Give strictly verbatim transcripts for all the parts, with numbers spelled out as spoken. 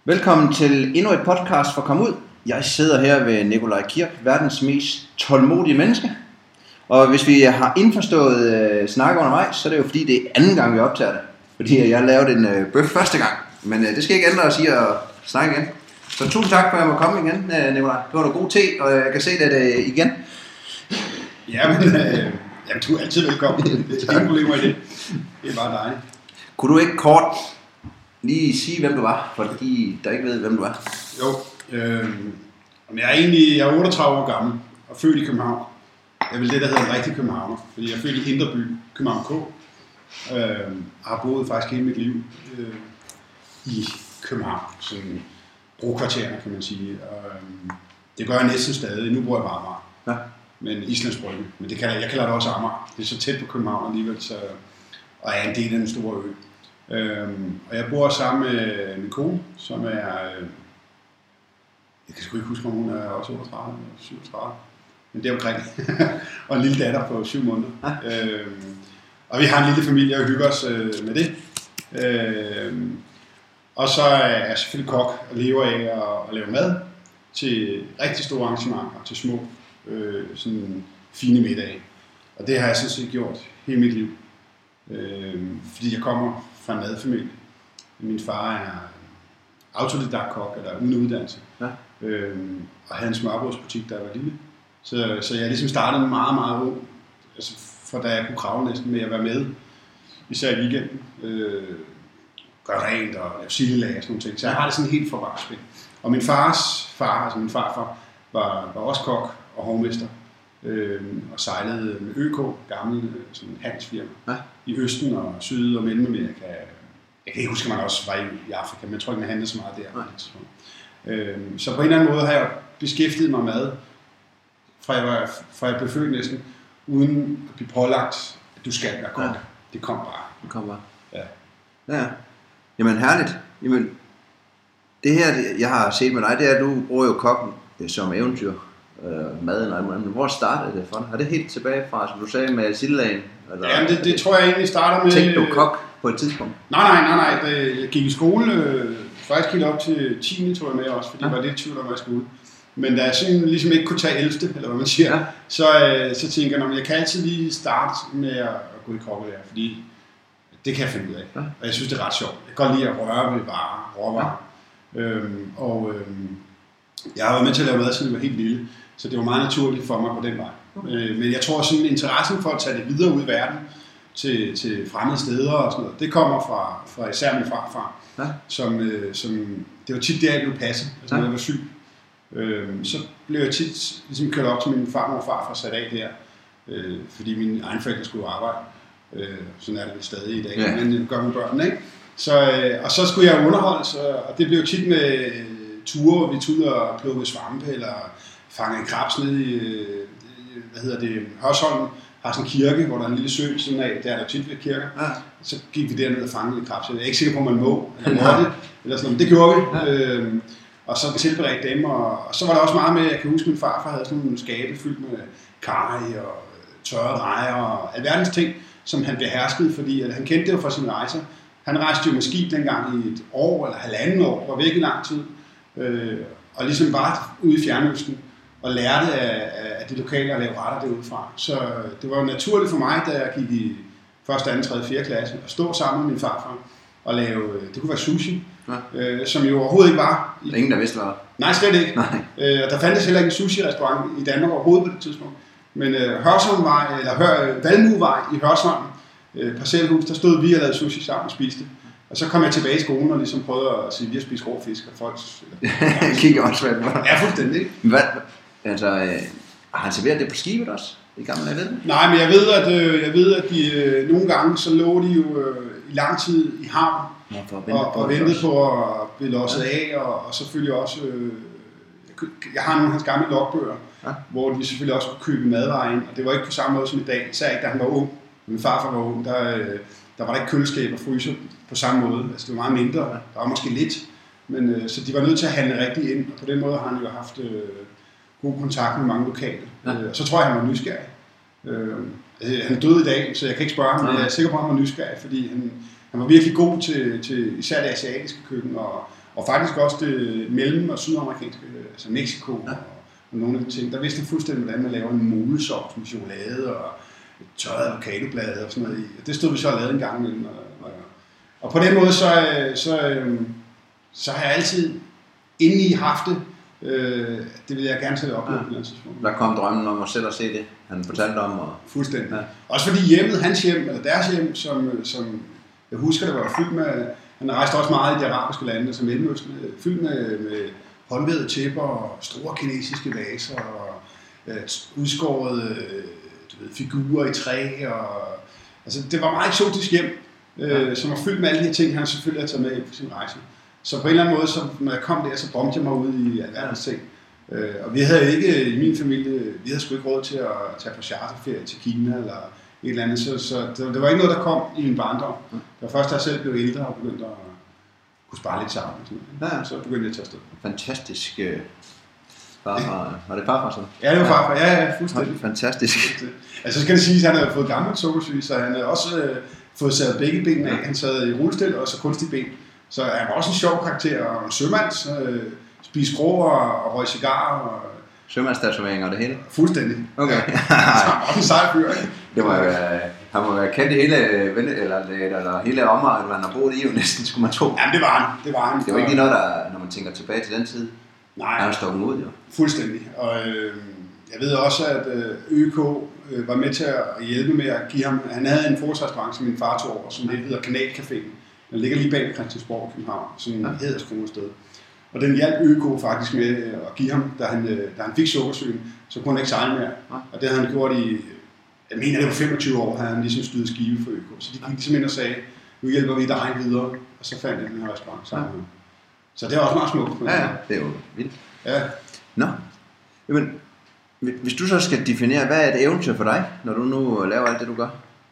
Velkommen til endnu et podcast for Kom Ud. Jeg sidder her ved Nikolaj Kirk, verdens mest tålmodige menneske. Og hvis vi har indforstået øh, snak undervejs, så er det jo fordi, det er anden gang, vi optager det. Fordi jeg lavede en øh, bøf første gang. Men øh, det skal ikke ændre at sige at snakke igen. Så tusind tak for, at jeg må komme igen, øh, Nikolaj. Det var da god te, og jeg kan se det øh, igen. Jamen, øh, jamen, du er altid velkommen. Det er ingen problemer i det. Det er bare dig. Kunne du ikke kort lige sige, hvem du var, for de, der ikke ved, hvem du er? Jo, øh, jeg er egentlig jeg er otteogtredive år gammel og født i København. Jeg vil det, der hedder en rigtig københavner, fordi jeg er født i Indre By, København K. Øh, har boet faktisk hele mit liv øh, i København, sådan brokvartererne, kan man sige. Og, øh, det gør jeg næsten stadig. Nu bor jeg bare Amager. Ja. Men Islands Brygge. Men det kalder, jeg kalder det også Amager. Det er så tæt på København alligevel, så, og jeg er en del af den store ø. Øhm, og jeg bor sammen med min kone, som er, øh, jeg kan sgu ikke huske, om hun er også otteogtredive eller syvogtredive, men det er omkring, og en lille datter på syv måneder. Ja. Øhm, og vi har en lille familie og hygger os øh, med det. Øhm, og så er jeg selvfølgelig kok og lever af at, at lave mad til rigtig store arrangementer, til små øh, sådan fine middage. Og det har jeg sådan set gjort hele mit liv. Øh, fordi jeg kommer fra en madfamilie. Min far er autodidakt-kok, eller uden uddannelse. Ja. Øh, og havde en smørbrødsbutik, der var lille. Så, så jeg ligesom startede meget, meget ung. Altså, for da jeg kunne kravle næsten med at være med, især i weekenden. Øh, gøre rent og lave sildelag og sådan nogle ting. Så jeg har det sådan helt fra barnsben. Og min fars far, altså min farfar, var, var også kok og hovmester. Øh, og sejlede med Ø K, gammel sådan handelsfirma, ja. I Østen og Syd- og Mellemamerika. Jeg kan ikke huske, at man også var i, i Afrika, men jeg tror ikke, man handlede så meget der. Ja. Øh, så på en eller anden måde har jeg beskæftiget mig med, fra jeg, var, fra jeg blev født næsten, uden at blive pålagt, at du skal være kok. Ja. Det kom bare. Det kom bare. Ja. Ja. Jamen herligt. Jamen, det her, jeg har set med dig, det er, at du bruger jo kokken som eventyr. Øh, maden og alt muligt. Hvor startede det fra? Er det helt tilbage fra, som du sagde, med sildelagen? Ja, det, det tror jeg egentlig starter med... Tænkte du kok på et tidspunkt? Nej, nej, nej, nej. Det, jeg gik i skole, øh, faktisk helt op til tiende tror jeg med også, fordi ja. Jeg var lidt i tvivl om, at jeg skulle. Men da jeg sådan ligesom ikke kunne tage ellevte, eller hvad man siger, ja. så, øh, så tænker jeg, at jeg kan altid lige starte med at, at gå i kokkelærer, fordi det kan jeg finde ud af. Ja. Og jeg synes, det er ret sjovt. Jeg kan godt lide at røre ved varer, råvarer. Ja. Øhm, og øhm, jeg har været med til at lave mad, siden jeg var helt lille. Så det var meget naturligt for mig på den vej. Okay. Men jeg tror, at sådan interessen for at tage det videre ud i verden til, til fremmede steder og sådan noget, det kommer fra, fra især min farfar, ja. som, øh, som, det var tit der, jeg blev passet, altså ja. Når jeg var syg. Øh, så blev jeg tit ligesom kørt op til min farmor og farfar sat af der, øh, fordi mine egne forældre skulle arbejde. Øh, sådan er det stadig i dag, ja. Men det gør mine børn, ikke? Så, øh, og så skulle jeg underholdes, og det blev tit med ture, hvor vi tog ud og plukkede svampe, eller fange krabs ned i, hvad hedder det, Hørsholm, har sådan en kirke, hvor der er en lille sø sådan af, der er der tit ved kirker. Ja. Så gik vi derned og fangede lidt krabs. Jeg er ikke sikker på, at man må, eller måtte, eller sådan noget, men det gjorde vi. Ja. Øhm, og så tilberedte dem, og, og så var der også meget med, jeg kan huske, at min farfar havde sådan nogle skabe fyldt med karry og tørrede rejer og alverdens ting, som han beherskede, fordi at han kendte det jo fra sine rejser. Han rejste jo med skib dengang i et år eller halvanden år, var væk i lang tid, øh, og ligesom var ude i Fjernøsten, og lærte af, af de lokale at lave retter derudefra. Så det var naturligt for mig, da jeg gik i første, anden, tredje, fjerde klasse, at stå sammen med min farfar og lave, det kunne være sushi, ja. øh, som jo overhovedet ikke var. Der er ingen, der vidste, hvad. Nej, slet ikke. Nej. Øh, der fandtes heller ikke en sushi-restaurant i Danmark overhovedet på det tidspunkt. Men øh, Hørsholmvej, eller Hør, Valmuevej i Hørsholm, øh, parcelhus, der stod vi og lavede sushi sammen og spiste. Og så kom jeg tilbage i skolen og ligesom prøvede at sige, at vi har spist rå fisk, og folk... Kigge også svært på. Ja, fuldstændig, ikke? Hvad? Altså, øh, har han serveret det på skibet også? I gamle dage, ved du? Nej, men jeg ved, at, øh, jeg ved, at de øh, nogle gange, så lå de jo øh, i lang tid i havn, ja, og, og ventede på at blive losset ja. Af, og, og selvfølgelig også, øh, jeg, jeg har nogle af hans gamle logbøger, ja. Hvor de selvfølgelig også kunne købe madvarer ind, og det var ikke på samme måde som i dag, især ikke da han var ung. Min farfar var ung, der, øh, der var der ikke køleskab og fryser på samme måde, altså det var meget mindre, der var måske lidt, men øh, så de var nødt til at handle rigtigt ind, og på den måde har han jo haft... Øh, god kontakt med mange lokale. Ja. Øh, så tror jeg, han var nysgerrig. Øh, altså, han er død i dag, så jeg kan ikke spørge ham, men jeg er sikker på, at han var nysgerrig, fordi han, han var virkelig god til, til især det asiatiske køkken, og, Og faktisk også det mellem- og sydamerikanske, altså Mexico, ja. og, og nogle af de ting. Der vidste jeg fuldstændig, hvordan man laver en molesovs med chokolade og tørret avocadoblade og sådan noget i. Det stod vi så og lavede en gang imellem. Og, og, og på den måde, så, så, så har jeg altid indeni haft det. Øh, det vil jeg gerne selv opleve ja. på den tidspunkt. Der kom drømmen om at selv at se det, han fortalte om. Og... Fuldstændig. Ja. Også fordi hjemmet, hans hjem, eller deres hjem, som, som jeg husker, det var fyldt med, han rejste også meget i de arabiske lande, som Mellemøsten, fyldt med, med håndvævede tæpper og store kinesiske vaser og øh, udskårede du ved, figurer i træ. Og, altså, det var meget eksotisk hjem, øh, ja. som var fyldt med alle de her ting, han selvfølgelig har taget med hjem på sin rejse. Så på en eller anden måde, så, når jeg kom der, så bombede jeg mig ud i alverdens ting. Øh, og vi havde ikke, i min familie, vi havde sgu ikke råd til at tage på charterferie til Kina eller et eller andet. Så, så det, det var ikke noget, der kom i min barndom. Det var først, da jeg selv blev ældre og begyndte at kunne spare lidt sammen. Og sådan noget. Ja. Så begyndte jeg at tage afsted. Fantastisk. Øh, farfar. Var det farfar så? Ja, det var farfar. Ja, ja, fuldstændig. Fantastisk. Altså, så skal det sige, at han havde fået gammelt sukkersyge, så han havde også øh, fået sat begge benene af. Han sad i rullestil og så kunstig ben. Så han var også en sjov karakter, og en sømands, øh, spiste grå og, og røg cigarer. Og... Sømandstatoveringer og det hele? Fuldstændig. Okay. Ja. Så han var en sej fyr, ikke? Det må være, han må være kendt i hele, eller, eller hele området, han har boet i, jo næsten, skulle man tro. Jamen, det var han. Det var han. Det var ikke noget, der, når man tænker tilbage til den tid. Nej. Han har stået ud, jo. Fuldstændig. Og øh, jeg ved også, at øh, Ø K øh, var med til at hjælpe med at give ham... Han havde en forsvarsbranche, min far tog over, som det hedder Kanalcaféen. Den ligger lige bag Christiansborg i København, som ja. hedder sted. Og den hjalp Ø K faktisk med at give ham, da han, da han fik sukkersygen, så kunne han ikke sejle mere. Ja. Og det havde han gjort i, jeg mener det var femogtyve år, havde han ligesom styret skive for Ø K. Så de gik ligesom ind og sagde, nu hjælper vi dig videre, og så fandt jeg den her restaurant sammen med. Ja. Så det var også meget smukt. Ja, ja, det er jo vildt. Ja. Nå, jamen, hvis du så skal definere, hvad er et eventyr for dig, når du nu laver alt det, du gør?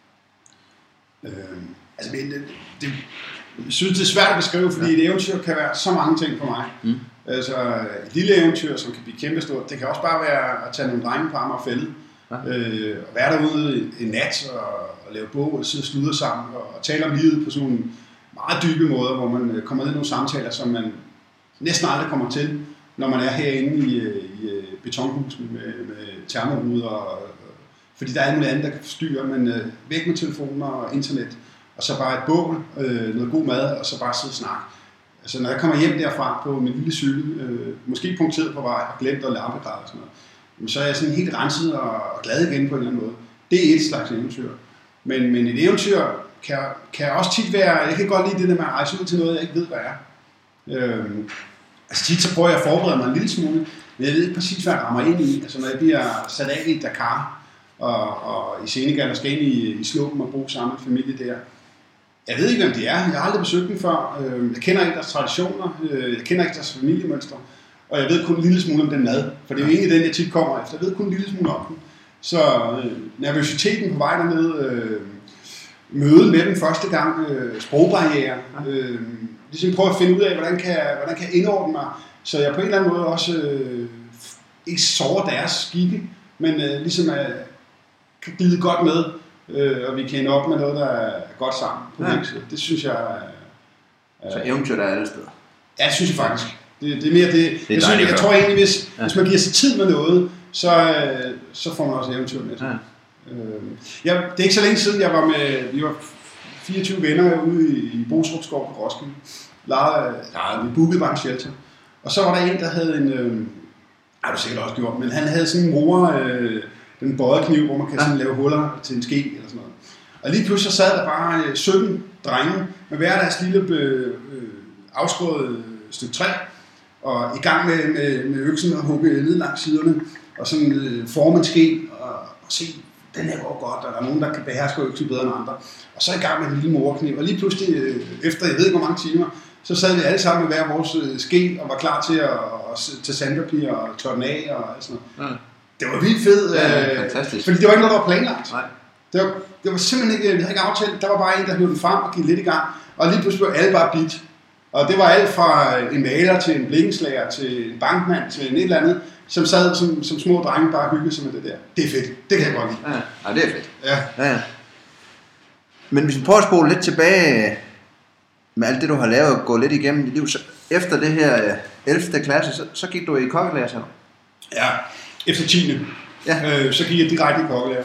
Øh, altså, det, det, jeg synes, det er svært at beskrive, fordi ja. et eventyr kan være så mange ting for mig. Mm. Altså, et lille eventyr, som kan blive kæmpestort, det kan også bare være at tage nogle drenge på Amager Fælled, ja. øh, og være derude en nat og, og lave bog og sidde og sludre sammen og, og tale om livet på sådan nogle meget dybe måder, hvor man kommer ned i nogle samtaler, som man næsten aldrig kommer til, når man er herinde i, i betonhusen med, med termoruder, og, fordi der er alt muligt andet, der kan forstyrre, men øh, væk med telefoner og internet, og så bare et bål, øh, noget god mad, og så bare sidde og snakke. Altså når jeg kommer hjem derfra på min lille cykel, øh, måske punkteret på vej, har glemt at lampegrad og sådan noget, så er jeg sådan helt renset og, og glad igen på en eller anden måde. Det er et slags eventyr. Men, men et eventyr kan, kan også tit være, jeg kan godt lide det der med at rejse ud til noget, jeg ikke ved, hvad er. Øh, altså tit så prøver jeg at forberede mig en lille smule, men jeg ved ikke præcis, hvad jeg rammer ind i. Altså når jeg bliver sat af i Dakar, og, og i Senegal og skal ind i, i Slåben og bo sammen med familie der. Jeg ved ikke, hvem de er. Jeg har aldrig besøgt dem før. Jeg kender ikke deres traditioner. Jeg kender ikke deres familiemønstre. Og jeg ved kun en lille smule om den mad. For det er jo egentlig den, jeg tit kommer efter. Jeg ved kun en lille smule om den. Så øh, nervøsiteten på vej dernede, øh, mødet med den første gang, øh, sprogbarriere, øh, ligesom prøve at finde ud af, hvordan kan, hvordan kan jeg indordne mig, så jeg på en eller anden måde også øh, ikke sover deres skikke, men øh, ligesom øh, kan glide godt med, øh, og vi kan ende op med noget, der er godt sammen på ja. det. Det synes jeg... Øh, så eventyr der er alle steder? Ja, det synes jeg faktisk. Det, det er mere det. det er jeg, synes, jeg tror egentlig, hvis, ja. hvis man giver sig tid med noget, så, øh, så får man også eventyr med. Ja. Øh, ja, det er ikke så længe siden, jeg var med, vi var fireogtyve venner ude i, i Bostrup Skov på Roskilde. Lejede, ja, vi bookede bare en shelter. Og så var der en, der havde en, øh, har du sikkert også gjort, men han havde sådan en mor, øh, den bøjede kniv, hvor man kan sådan lave huller til en ske eller sådan noget. Og lige pludselig sad der bare øh, sytten drenge med hver deres lille øh, afskåret stykke træ, og i gang med, med, med øksen og hugge ned langs siderne, og sådan øh, forme en ske, og, og se, den her går godt, og der er nogen, der kan beherske øksen bedre end andre. Og så i gang med en lille morkniv, og lige pludselig, øh, efter jeg ved ikke hvor mange timer, så sad vi alle sammen med hver vores øh, ske, og var klar til at, at tage sandpapir og tørre den af, og sådan noget. Mm. Det var vildt fedt, ja, øh, fantastisk. Fordi det var ikke noget, der var planlagt. Nej. Det var, det var simpelthen ikke, vi havde ikke aftalt, der var bare en, der hørte den frem og gik lidt i gang, og lige pludselig var alle bare beat. Og det var alt fra en maler til en blikkenslager til en bankmand til en et eller andet, som sad som, som små drenge bare hyggede sig med det der. Det er fedt. Det kan jeg godt lide. Ja, ja det er fedt. Ja. Ja, ja. Men hvis vi prøver at spole lidt tilbage med alt det, du har lavet og gå lidt igennem dit liv, så efter det her ellevte klasse, så, så gik du i kokkelærer, så? Ja, efter tiende Ja. Øh, så gik jeg direkte i kokkelærer.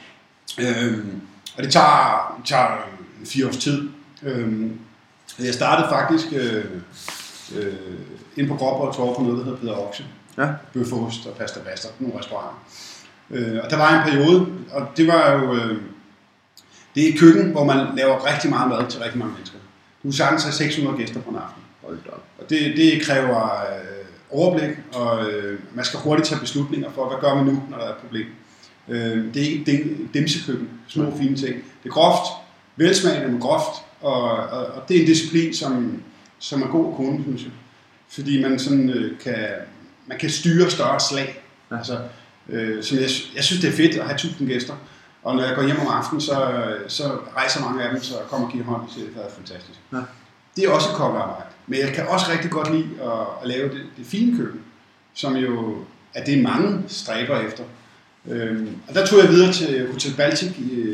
Øh, og det tager, tager fire års tid. Øh, jeg startede faktisk øh, øh, inde på Gråborg Torv på noget, der hedder Peder Oxe. Ja. Bøffost og pasta pasta, nogle restauranter. Øh, og der var en periode, og det var jo... Øh, det er et køkken, hvor man laver rigtig meget mad til rigtig mange mennesker. Du kan sagtens have seks hundrede gæster på en aften. Og det, det kræver øh, overblik, og øh, man skal hurtigt tage beslutninger for, hvad gør man nu, når der er et problem. Øh, det er ikke et dimsekøkken, små fine ting. Det er groft, velsmagende, men groft, og, og, og det er en disciplin, som, som er god at kunne, synes jeg. Fordi man, sådan, øh, kan, man kan styre større slag. Ja. Altså, øh, så jeg, jeg synes, det er fedt at have tusind gæster. Og når jeg går hjem om aftenen, så, så rejser mange af dem, så jeg kommer og giver hånd og siger, det er fantastisk. Ja. Det er også et kokkearbejde. Men jeg kan også rigtig godt lide at, at lave det, det fine køkken, som jo er det, mange stræber efter. Øhm, og der tog jeg videre til Hotel Baltic i,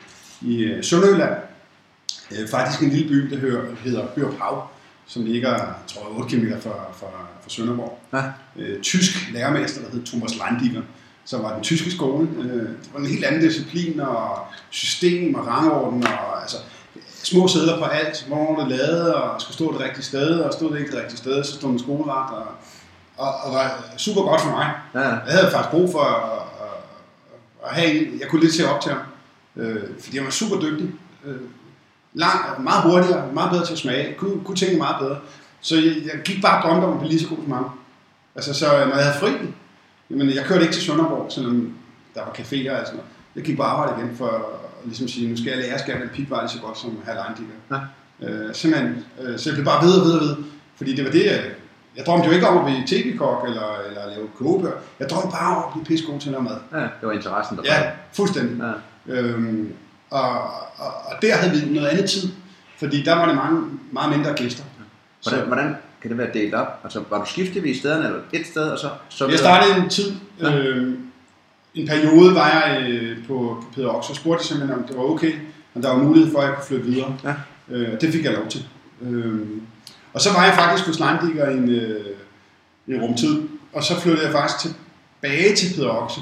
i Sønderjylland. Øh, faktisk en lille by, der hedder Hørup, som ligger, tror jeg, otte kilometer fra, fra, fra Sønderborg. Ja. Øh, tysk lærermester, der hed Thomas Landiger, som var den tyske skole. Øh, det var en helt anden disciplin og system og rangorden og altså små sædler på alt, hvor det lavede og skulle stå det rigtige sted, og stod det ikke det rigtige sted, så stod den skoleret og, og, og var super godt for mig. Ja. Jeg havde faktisk brug for at, at, at have en, jeg kunne lidt se op til ham, øh, fordi han var super dygtig. Øh, lang, meget hurtigere, meget bedre til at smage, kunne, kunne tænke meget bedre. Så jeg, jeg gik bare og drømte om at blive lige så god som ham. Altså, så når jeg havde fri, jamen, jeg kørte ikke til Sønderborg, selvom der var caféer og sådan noget. Jeg gik på arbejde igen for at ligesom sige, nu skal jeg lære, skal jeg være pigvej lige så godt som herr Landiger. Ja. Øh, simpelthen, øh, så jeg blev bare ved og ved og ved, fordi det var det, jeg, jeg drømte jo ikke om at blive tv-kok eller, eller lave kogebøger. Jeg drømte bare om at blive pissegod til at lave mad. Ja, det var interessen der. Ja, fuldstændig. Ja. Øhm, og, og, og der havde vi noget andet tid, fordi der var det mange, meget mindre gæster. Ja. Hvordan, hvordan kan det være delt op? Altså, var du skiftevis stederne, eller et sted, og så... så jeg startede en tid, ja. øh, en periode var jeg øh, på, på Peder Oxe, og spurgte simpelthen, om det var okay, og der var mulighed for, at jeg kunne flytte videre. Ja. Øh, det fik jeg lov til. Øh, og så var jeg faktisk hos Landiger i en, øh, en rumtid, og så flyttede jeg faktisk tilbage til Peder Oxe.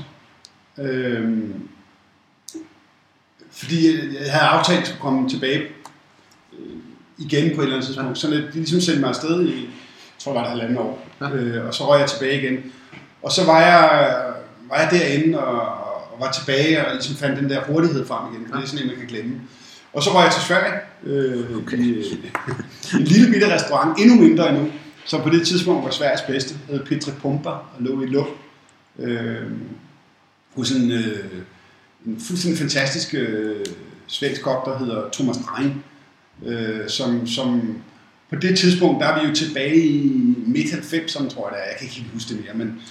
Øh, fordi jeg havde aftalt, at jeg skulle komme tilbage øh, igen på et eller andet tidspunkt. Så de ligesom sendte mig afsted i, jeg tror, det var et halvandet år. Ja. Øh, og så røg jeg tilbage igen. Og så var jeg, var jeg derinde og, og var tilbage og ligesom fandt den der hurtighed frem igen. For ja. Det er sådan en, man kan glemme. Og så røg jeg til Sverige. Øh, okay. i, en lille bitte restaurant, endnu mindre endnu, som på det tidspunkt var Sveriges bedste. Det hed Petri Pumper og lå i luft. Øh, hos en, øh, en fuldstændig fantastisk øh, svensk kok, der hedder Thomas Drein. Øh, som, som på det tidspunkt, der er vi jo tilbage i midt halvfemserne, tror jeg det er. Jeg kan ikke helt huske det mere, men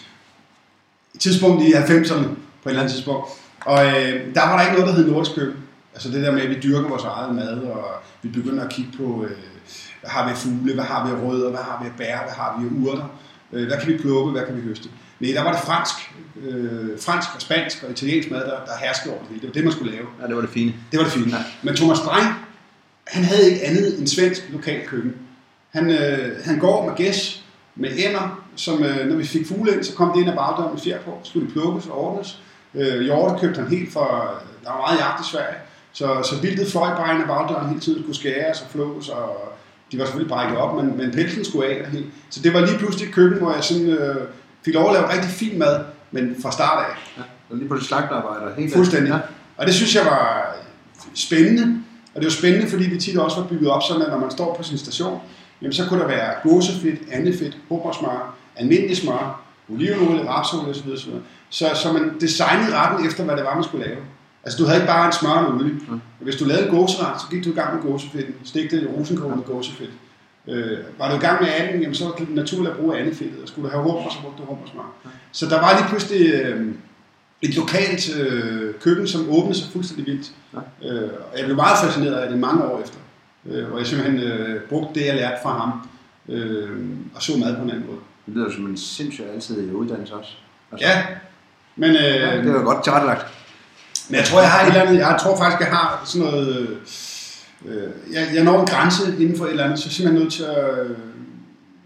i tidspunkt i halvfemserne på et eller andet tidspunkt. Og øh, der var der ikke noget, der hed nordisk køkken. Altså det der med, at vi dyrker vores eget mad, og vi begynder at kigge på, øh, hvad har vi af fugle, hvad har vi af rødder, hvad har vi af bær, hvad har vi af urter, øh, hvad kan vi plukke, hvad kan vi høste. Nej, der var det fransk, øh, fransk og spansk og italiensk mad, der, der herskede over det hele. Det var det, man skulle lave. Ja, det var det fine. Det var det fine. Ja. Men Thomas Drein, han havde ikke andet end svensk lokal køkken. Han, øh, han går med gæs, med ænder, som øh, når vi fik fugle ind, så kom det ind af bagdøren med fjer på, skulle det plukkes og ordnes. Øh, hjorte købte han helt for, der var meget jagt i Sverige, så, så vildet fløj bare ind af bagdøren hele tiden, skulle skæres og flås, og de var selvfølgelig brækket op, men, men pelsen skulle af. Helt. Så det var lige pludselig et køkken, hvor jeg sådan, øh, fik lov at lave rigtig fin mad, men fra start af. Ja, og lige på det slagterarbejder. Helt fuldstændig. Ja. Og det synes jeg var spændende. Og det var spændende, fordi det tit også var bygget op sådan, at når man står på sin station, jamen så kunne der være gåsefedt, andefedt, hummersmør, almindelig smør, olivenolie, rapsolie osv. Så, så, så man designede retten efter, hvad det var, man skulle lave. Altså du havde ikke bare en smør og olie. Mm. Hvis du lavede en gåseret, så gik du i gang med gåsefedten, stegte rosenkål med gåsefedt. Øh, var du i gang med anden, jamen så var det naturligt at bruge andefedtet, og skulle du have hummer, så brugte du hummersmør. Mm. Så der var lige pludselig øh, et lokalt øh, køkken, som åbnede sig fuldstændig vildt. Ja. Øh, og jeg blev meget fascineret af det mange år efter, øh, hvor jeg simpelthen øh, brugte det, jeg lærte fra ham, øh, og så mad på en anden måde. Det lyder som en sindssygt altid uddannelse også. Altså, ja, men... Øh, ja, det var godt tilrettelagt. Men jeg tror, jeg har et eller andet, jeg tror faktisk, jeg har sådan noget... Øh, jeg, jeg når en grænse inden for et eller andet, så er jeg simpelthen nødt til at, at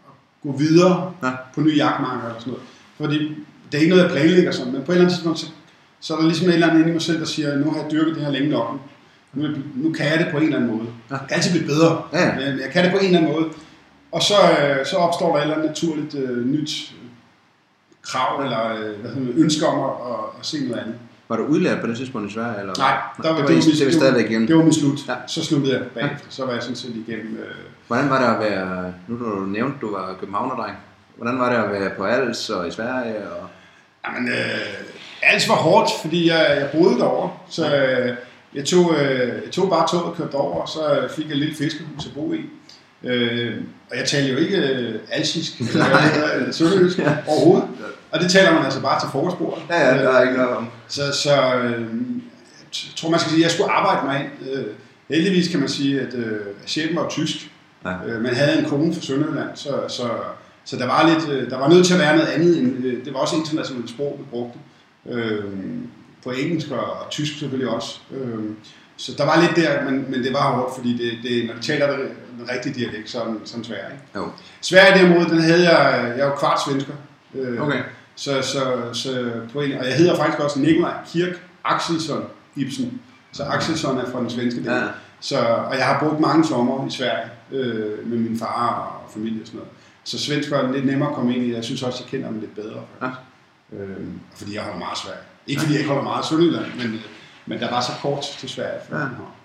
gå videre ja. på nye jagtmarker eller sådan noget. Fordi det er ikke noget, jeg planlægger sådan, men på et eller andet tidspunkt, så, så er der ligesom et eller andet inde i mig selv, der siger, nu har jeg dyrket det her længe nok. Nu, nu kan jeg det på en eller anden måde. Ja. Jeg kan altid blive bedre, ja. men jeg kan det på en eller anden måde. Og så, så opstår der et eller andet naturligt uh, nyt krav, eller uh, hvad hedder, ønske om at, at, at se noget andet. Var du udlært på det tidspunkt i Sverige? Eller? Nej, der var, det var, det, det, det, det, det, stadigvæk igennem. Det var min slut. Ja. Så sluttede jeg bagefter. Ja. Så var jeg sådan set igennem. Øh... Hvordan var det at være, nu du nævnte, du var københavnerdreng. Hvordan var det at være på Als og i Sverige? Og... Jamen, øh, Als var hårdt, fordi jeg, jeg boede derovre. Så øh, jeg, tog, øh, jeg tog bare toget og kørte derover, og så fik jeg et lille fiskehus at bo i. Øh, og jeg taler jo ikke øh, alsisk, eller sønderjysk ja. overhovedet. Og det taler man altså bare til frokostbordet. Ja, ja, der er ikke noget om. Så, så øh, jeg tror, man skal sige, at jeg skulle arbejde mig ind. Øh, heldigvis kan man sige, at øh, chefen var tysk. Ja. Øh, man havde en kone fra Sønderjylland, så, så, så der var lidt, øh, der var nødt til at være noget andet. End, øh, det var også internationalt sprog, vi brugte. Øh, på engelsk og, og tysk selvfølgelig også. Øh, så der var lidt der, men, men det var hårdt, fordi det, det, når de taler den rigtige dialekt, så er den svær. Ikke? Jo. Sverige derimod, den havde jeg, jeg er jo kvart svensker. Øh, okay. Så, så, så på en, og jeg hedder faktisk også Nikolaj Kirk Axelsson Ibsen. Så Axelsson er fra den svenske del. Ja. Så, og jeg har brugt mange sommer i Sverige øh, med min far og familie og sådan noget. Så svensk var lidt nemmere at komme ind i. Jeg synes også, jeg kender dem lidt bedre. Ja. Øh, fordi jeg holder meget Sverige. Ikke fordi jeg ikke holder meget Sønderjylland, men, men der var så kort til Sverige. Ja.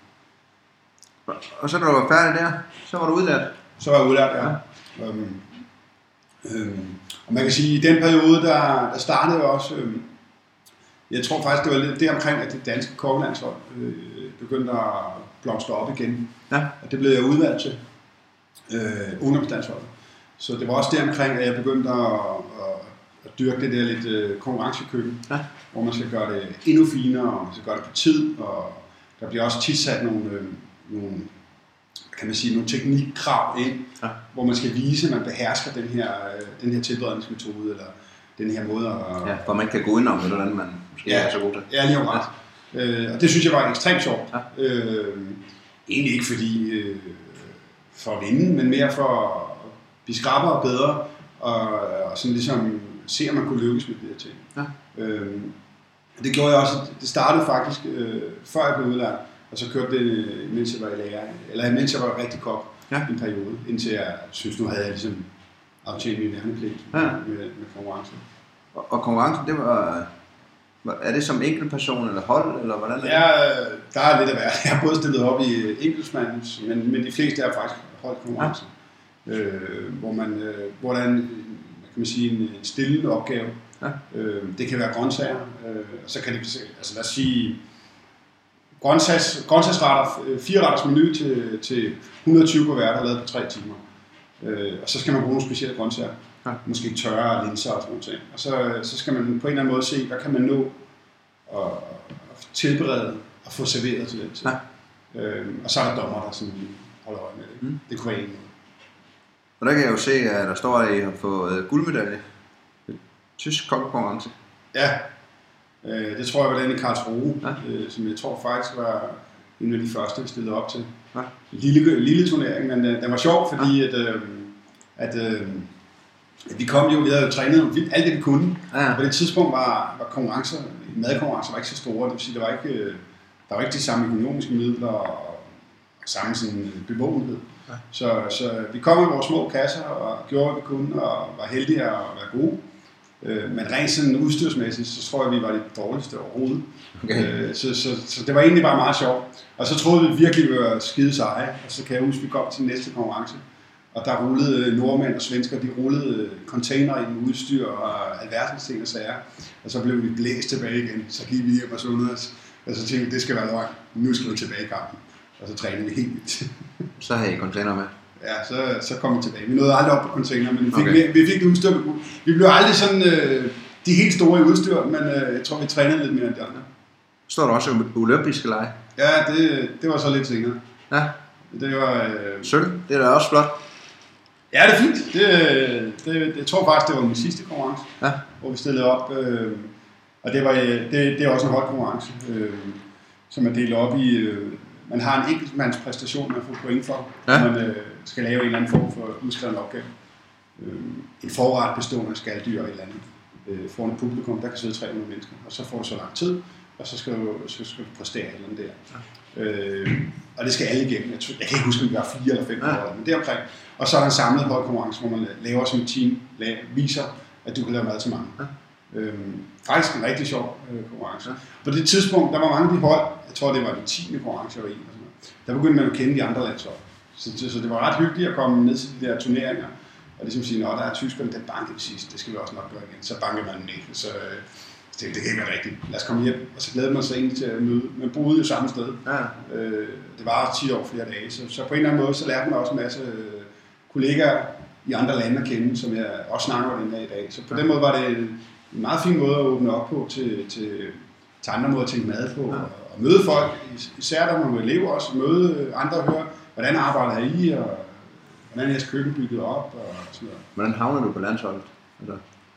Og så da du var færdig der, så var du udlært? Så var jeg udlært, ja. ja. Um, um, og man kan sige, at i den periode, der, der startede jeg også, øhm, jeg tror faktisk, det var lidt deromkring, at det danske kokkelandshold øh, begyndte at blomstre op igen. Ja. Og det blev jeg udvalgt til, øh, ungdomslandsholdet. Så det var også deromkring, at jeg begyndte at, at, at dyrke det der lidt øh, konkurrencekøkken, ja. Hvor man skal gøre det endnu finere, og man skal gøre det på tid, og der bliver også tilsat nogle, øh, nogle kan man sige, nogle teknikkrav ind, ja. Hvor man skal vise, at man behersker den her, den her tilberedningsmetode, eller den her måde at... Ja, hvor man kan gå ind om, hvordan man måske ja, er så god til. Ja, lige ret. Ja. Øh, og det synes jeg var ekstremt sjovt. Ja. Øh, egentlig ikke fordi øh, for at vinde, men mere for at blive skrappere og bedre, og, og sådan ligesom se, om man kunne lykkes med de her ting. Ja. Øh, det gjorde jeg også, det startede faktisk, øh, før jeg blev udlært, og så kørte det, mens jeg var i lærer, eller mens jeg var rigtig kok ja. En periode, indtil jeg synes, nu havde jeg ligesom aftjent min værnepligt ja. med, med konkurrence. Og, og konkurrencen, det var, er det som enkeltperson eller hold, eller hvordan er det? Ja, der er lidt af hvert. Jeg har både stillet op i enkeltmands, men, men de fleste er faktisk holdkonkurrence, ja. øh, hvor man, øh, hvor der er en, kan man sige, en stillende opgave. Ja. Øh, det kan være grøntsager, øh, og så kan det, altså lad os sige, grøntsags, grøntsagsretter, fire retters menu til, til et hundrede og tyve kuverter lavet på tre timer. Øh, og så skal man bruge nogle specielle grøntsager. Ja. Måske tørre linser og sådan noget. Og så, så skal man på en eller anden måde se, hvad kan man nå at, at tilberede og få serveret til den tid. Ja. Øh, og så er der dommer, der sådan holder øje med det. Mm. Det kunne være en måde. Og der kan jeg jo se, at der står, at I har fået guldmedalje. Tysk kokkekonkurrence. Ja. Øh, det tror jeg var den i Karlsruhe, ja. øh, som jeg tror faktisk var en af de første, vi stillede op til. Ja. Lille, lille turnering, men øh, den var sjov, fordi ja. at, øh, at, øh, at vi kom jo, vi havde jo trænet alt det vi kunne. Ja. Og på det tidspunkt var, var konkurrencer, madkonkurrencer var ikke så store, det vil sige, der var ikke, der var ikke de samme økonomiske midler og, og samme sådan bevågenhed. Ja. Så, så vi kom med vores små kasser og gjorde, hvad vi kunne, og var heldige at være gode. Men rent sådan udstyrsmæssigt, så tror jeg, vi var det dårligste overhovedet. Okay. Så, så, så det var egentlig bare meget sjovt. Og så troede vi virkelig, vi var skide seje. Og så kan jeg huske, vi kom til næste konkurrence. Og der rullede nordmænd og svensker, de rullede container i med udstyr og alverdens ting og sager. Og så blev vi blæst tilbage igen. Så gik vi hjem og sundede os. Og så tænkte vi, det skal være løgn. Nu skal vi tilbage i kampen. Og så trænede vi helt vildt. Så havde I container med? Ja, så, så kom vi tilbage. Vi nåede aldrig op på container, men vi fik, okay. vi, vi fik det udstyr. Vi blev aldrig sådan øh, de helt store i udstyr, men øh, jeg tror, vi trænede lidt mere end de andre. Står der også olympiske lege? Ja, det, det var så lidt senere. Ja. Det var... Øh, Sølv, det er da også flot. Ja, det er fint. Det, det, det, jeg tror faktisk, det var min sidste konkurrence, ja. Hvor vi stillede op. Øh, og det, var, det, det er også en holdkonkurrence, øh, som er delt op i... Øh, man har en enkeltmandspræstation, man får point for, ja. Man øh, skal lave en eller anden form for udskrevet opgave. øh, en forret bestående af skaldyr og et eller andet. Øh, foran et publikum, der kan sidde tre hundrede mennesker, og så får du så lang tid, og så skal du, så skal du præstere et eller andet der. Ja. Øh, og det skal alle igennem. Jeg, tror, jeg kan ikke huske, om vi var fire eller fem ja. år, men det er omkring. Og så er der en samlet holdkonkurrence, hvor man laver som et team, laver, viser, at du kan lave mad til mange. Ja. Øh, faktisk en rigtig sjov øh, konkurrence. Ja. På det tidspunkt, der var mange af de hold, jeg tror det var den tiende konkurrence, jeg var i, og sådan noget. Der begyndte man at kende de andre landshold. Så, så det var ret hyggeligt at komme ned til de der turneringer, og ligesom sige, at der er tyskerne, den banke sidst, det skal vi også nok gøre igen. Så banker man den ikke, så det, det kan ikke være rigtigt. Lad os komme hjem, og så glæder man sig egentlig til at møde. Man boede jo samme sted. Ja. Øh, det var ti år flere dage, så, så på en eller anden måde, så lærte man også en masse kollegaer i andre lande at kende, som jeg også snakker om den dag i dag. Så på ja. den måde var det en meget fin måde at åbne op på til, til, til andre måder at tænke mad på, ja. og, og møde folk, især der man var elever også, møde andre og høre, hvordan arbejder I, og hvordan er jeres køkken bygget op, og sådan noget. Hvordan havner du på landsholdet? Eller?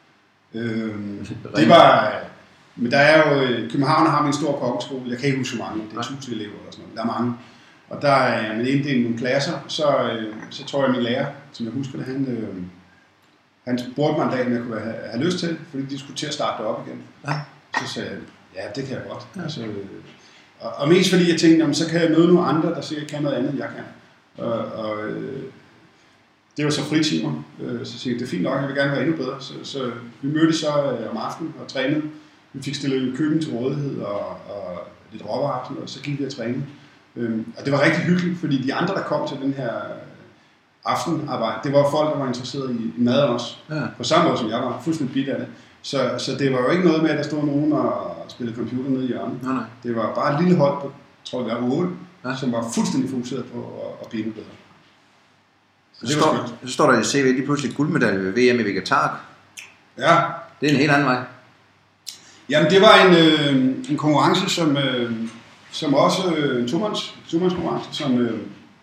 Øhm, det var, men der er jo, København har min store kokkeskole, jeg kan ikke huske så mange, det er tusind elever eller sådan noget, der er mange. Og der er man inddelt i nogle klasser, så, så tror jeg min lærer, som jeg husker det, han, øh, han spurgte mig en dag, om jeg kunne have, have lyst til, fordi de skulle til at starte det op igen. Ja. Så sagde jeg, ja, det kan jeg godt. Ja. Altså, og, og mest fordi jeg tænkte, jamen, så kan jeg møde nogle andre, der sikkert kan noget andet, end jeg kan. Og, og det var så fritimer, så siger jeg, det er fint nok, jeg vil gerne være endnu bedre. Så, så vi mødtes så om aftenen og trænede. Vi fik stillet køkken til rådighed og, og lidt råvarer, og så gik vi og trænede. Og det var rigtig hyggeligt, fordi de andre, der kom til den her aftenarbejde, det var folk, der var interesseret i, i mad også. Ja. På samme måde som jeg var, fuldstændig bit af det. Så, så det var jo ikke noget med, at der stod nogen og spillede computer nede i hjørnet. Nej, nej. Det var bare et lille hold på, tror jeg, det var otte, ja. som var fuldstændig fokuseret på at, at blive endnu bedre. Så, så, står, så står der i C V lige pludselig guldmedalje ved V M i vegetar. Ja. Det er en helt anden vej. Jamen det var en, øh, en konkurrence, som, øh, som også øh, en tomands, tomands konkurrence, som, øh,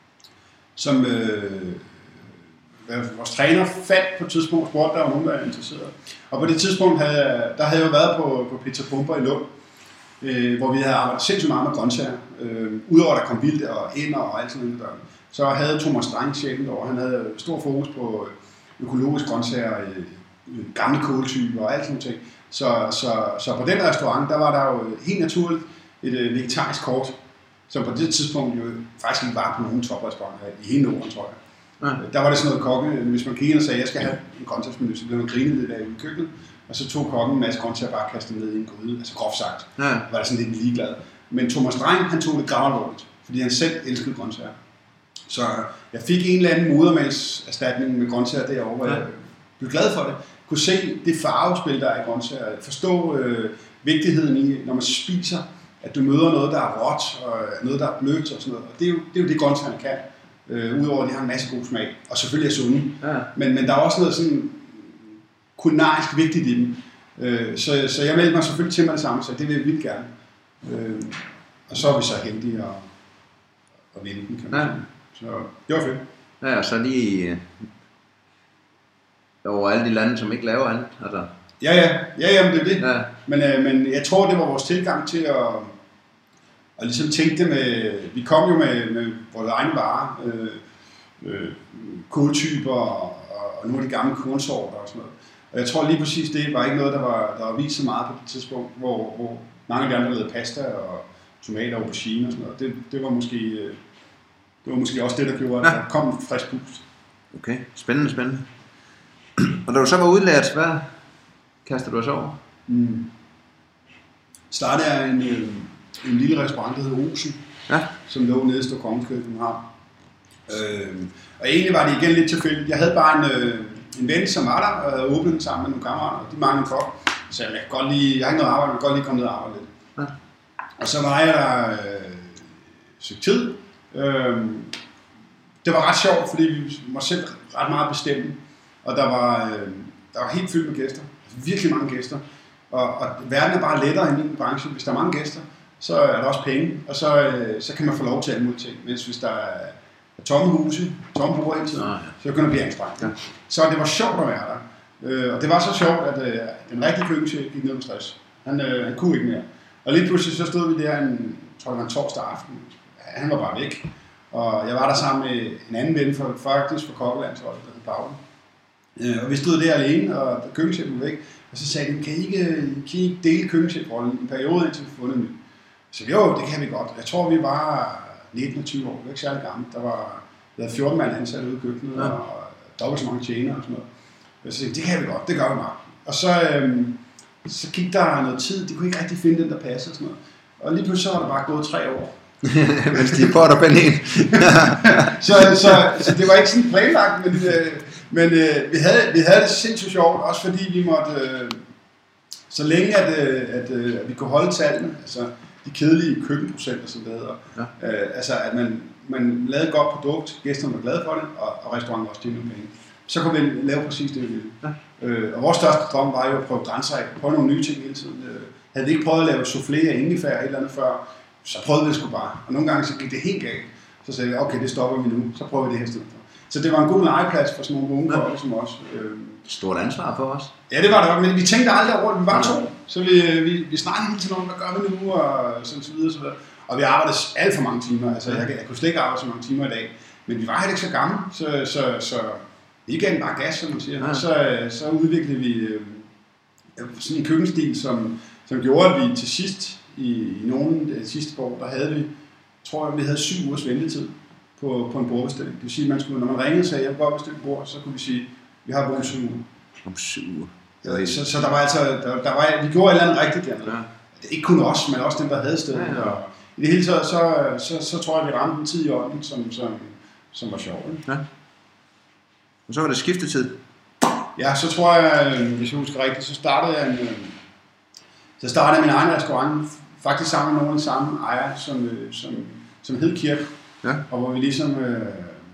som øh, vores træner fandt på et tidspunkt, spurgte der var nogen, der var interesseret. Og på det tidspunkt havde, der havde jeg været på, på Pizza Bomber i Lund, øh, hvor vi havde arbejdet sindssygt meget med grøntsager. Øh, Udover der kom vildt og ender og alt sådan noget der. Så havde Thomas Streng chefen derovre, han havde stor fokus på økologiske grøntsager, gamle kåltyper og alt sådan noget. Så, så, så på den restaurant, der var der jo helt naturligt et vegetarisk kort, som på det tidspunkt jo faktisk ikke var på nogen toprestauranter i hele Norden, tror jeg. Ja. Der var det sådan noget kokke, hvis man kiggede og sagde, jeg skal have en grøntsagsmenu, så blev man grinet lidt af i køkkenet, og så tog kokken en masse grøntsager bare kastet ned i en gryde, altså groft sagt. Ja. Var det sådan lidt ligeglad. Men Thomas Streng, han tog det gravalvorligt, fordi han selv elskede grøntsager. Så jeg fik en eller anden modermælkserstatning med grøntsager derovre, hvor ja. jeg blev glad for det. Kunne se det farvespil, der er i grøntsager. Forstå øh, vigtigheden i, når man spiser, at du møder noget, der er råt, og noget, der er blødt og sådan noget. Og det er jo det, er jo det grøntsagerne kan. Øh, Udover at de har en masse god smag, og selvfølgelig er sunde. Ja. Men, men der er også noget sådan kulinarisk vigtigt i dem. Øh, så, så jeg meldte mig selvfølgelig til mig det samme, så det vil jeg vildt gerne. Øh, og så er vi så heldige at, at vinde den, kan man sige. Så det var fedt. Ja, og så lige over alle de lande, som ikke laver andet. Altså. Ja, ja, ja, jamen det er det. Ja. Men, øh, men jeg tror, det var vores tilgang til at, at ligesom tænke det med, vi kom jo med, med vores egne varer, øh, øh, kåltyper og, og nogle af de gamle kornsorter og sådan noget. Og jeg tror lige præcis, det var ikke noget, der var, der var vist så meget på det tidspunkt, hvor, hvor mange af de andre lavede pasta og tomater og aubergine og sådan noget. Det, det var måske... Øh, Det var måske også det, der gjorde, at der kom en frisk pust. Okay, spændende, spændende. Og da du så var udlært, hvad kaster du os over? Mm. Startede jeg en, en lille restaurant, der hedder Osen, ja. som lå nede i Storkongensgade i København. Øh, og egentlig var det igen lidt tilfældigt. Jeg havde bare en, en ven, som var der, og havde åbnet sammen med nogle kammerater, og de manglede en kok. Så jeg, jeg, kan godt lide, jeg har ikke noget arbejde, men jeg kan godt lige komme ned og arbejde lidt. Ja. Og så var jeg der øh, søgt tid. Øhm, det var ret sjovt, fordi vi var selv ret meget bestemme, og der var, øh, der var helt fyldt med gæster, virkelig mange gæster, og, og verden er bare lettere i min branche. Hvis der er mange gæster, så er der også penge, og så, øh, så kan man få lov til alle mulige ting, mens hvis der er, er tomme huse, tomme borde hele tiden, ah, ja. så kan det blive anstrengt. Ja. Så det var sjovt at være der, øh, og det var så sjovt, at øh, den rigtige køkkenchef gik ned med stress. Han, øh, han kunne ikke mere, og lige pludselig så stod vi der en, tror jeg, en torsdag aften. Han var bare væk, og jeg var der sammen med en anden ven, for, faktisk fra kokkelandsholdet, der hed Paul. Øh, og vi stod der alene, og køkkenchefen var væk. Og så sagde de, kan I ikke, kan I ikke dele køkkenchefrollen en periode, indtil vi får fundet en ny? Så jo, det kan vi godt. Jeg tror, vi var nitten og tyve år. Vi var ikke særlig gamle. Der var, der var fjorten mand ansat ude i køkkenet, ja. Og dobbelt så mange tjenere og sådan noget. Og så sagde det kan vi godt, det gør vi bare. Og så, øhm, så gik der noget tid, de kunne ikke rigtig finde den, der passer og sådan noget. Og lige pludselig så var der bare gået tre år. Mens de potter på en. så, så, så det var ikke sådan planlagt, men, øh, men øh, vi, havde, vi havde det sindssygt sjovt, også fordi vi måtte, øh, så længe at, øh, at, øh, at vi kunne holde tallene, altså de kedelige køkkenprocenter, som det hedder, ja. øh, altså at man, man lavede et godt produkt, gæsterne var glade for det, og, og restauranten også tjente penge. Så kunne vi lave præcis det, vi ville. Ja. Øh, og vores største drøm var jo at prøve grænser af, prøve nogle nye ting hele tiden. Øh, havde vi ikke prøvet at lave soufflé af ingefær et eller andet før, så prøvede vi det sgu bare. Og nogle gange så gik det helt galt. Så sagde vi, okay, det stopper vi nu, så prøver vi det her sted. Så det var en god legeplads for sådan nogle unge folk som os. Øh, Stort ansvar for os. Ja, det var det, men vi tænkte aldrig over det. Vi var to, så vi, vi, vi snakkede hele tiden om, hvad gør vi nu, og sådan så videre, så videre. Og vi arbejdede alt for mange timer. Altså, jeg, jeg kunne slet ikke arbejde så mange timer i dag. Men vi var heller ikke så gamle, så, så, så vi gav bare gas, som man siger. Ja. Så, så udviklede vi øh, sådan en køkkenstil, som, som gjorde, at vi til sidst, i, i nogle af de sidste år, der havde vi, tror jeg, vi havde syv ugers ventetid på, på en bordbestilling. Det vil sige, at man skulle, når man ringede og sagde, jeg vil godt bestille et bord, så kunne vi sige, vi har brugt syv uger. Om syv uger. Ja, så, så der var altså, der, der var, vi gjorde et eller andet rigtigt dernede. Ja. Det ikke kun os, men også dem, der havde stedet. Ja, ja. Og i det hele taget, så, så, så tror jeg, vi ramte en tid i ånden, som, som, som var sjov. Ja. Og så var det skiftetid. Ja, så tror jeg, hvis jeg husker rigtigt, så startede jeg en, så startede jeg min egen restaurant, faktisk sammen med nogle af de samme ejere, som, som, som hed Kirk. Ja. Og hvor vi ligesom, øh,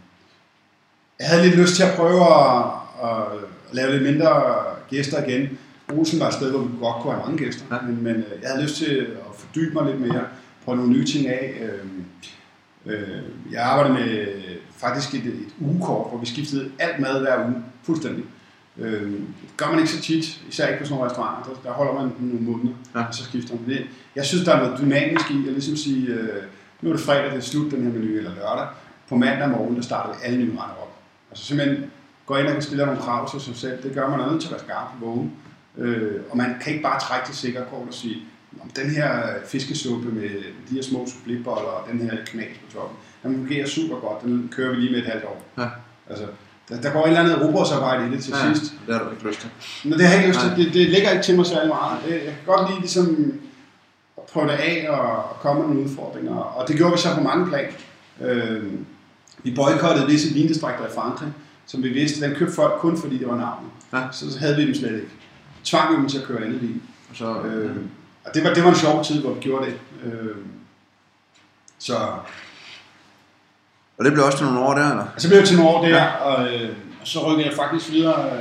jeg havde lidt lyst til at prøve at, at lave lidt mindre gæster igen. Olsen var et sted, hvor vi godt kunne have mange gæster, ja. men, men jeg havde lyst til at fordybe mig lidt mere, prøve nogle nye ting af. Øh, jeg arbejdede med faktisk et, et ugekort, hvor vi skiftede alt mad hver uge, fuldstændig. Øh, det gør man ikke så tit, især ikke på sådan nogle restauranter. Der, der holder man nogle måneder, ja. Og så skifter man det. Jeg synes, der er noget dynamisk i at ligesom sige, øh, nu er det fredag, det er slut den her menu, eller lørdag. På mandag morgen, der starter vi alle nye retter op. Altså simpelthen gå ind og stille nogle krav til sig selv. Det gør man nødt til at være skarp på vågen. Øh, og man kan ikke bare trække det sikkert kort og sige, om den her fiskesuppe med de her små souffléboller og den her knas på toppen, den fungerer super godt, den kører vi lige med et halvt år. Ja. Altså, der, der går et eller andet robotsarbejde i det til ja, sidst. Det har du ikke lyst til. Men det har jeg ikke lyst til. Det, det ligger ikke til mig særlig meget. Jeg kan godt lide ligesom at prøve det af og, og komme med nogle udfordringer. Og det gjorde vi så på mange plan. Øh, vi boykottede visse vindistrikter i Frankrig, som vi vidste, den købte folk kun fordi det var navnet. Ja. Så havde vi dem slet ikke. Tvang vi dem til at køre andet vin. Og så, øh, ja. Og det var, det var en sjov tid, hvor vi gjorde det. Øh, så... Og det blev også til nogle år der, eller? Så blev det til nogle år der, ja. og, øh, og så rykkede jeg faktisk videre. Øh,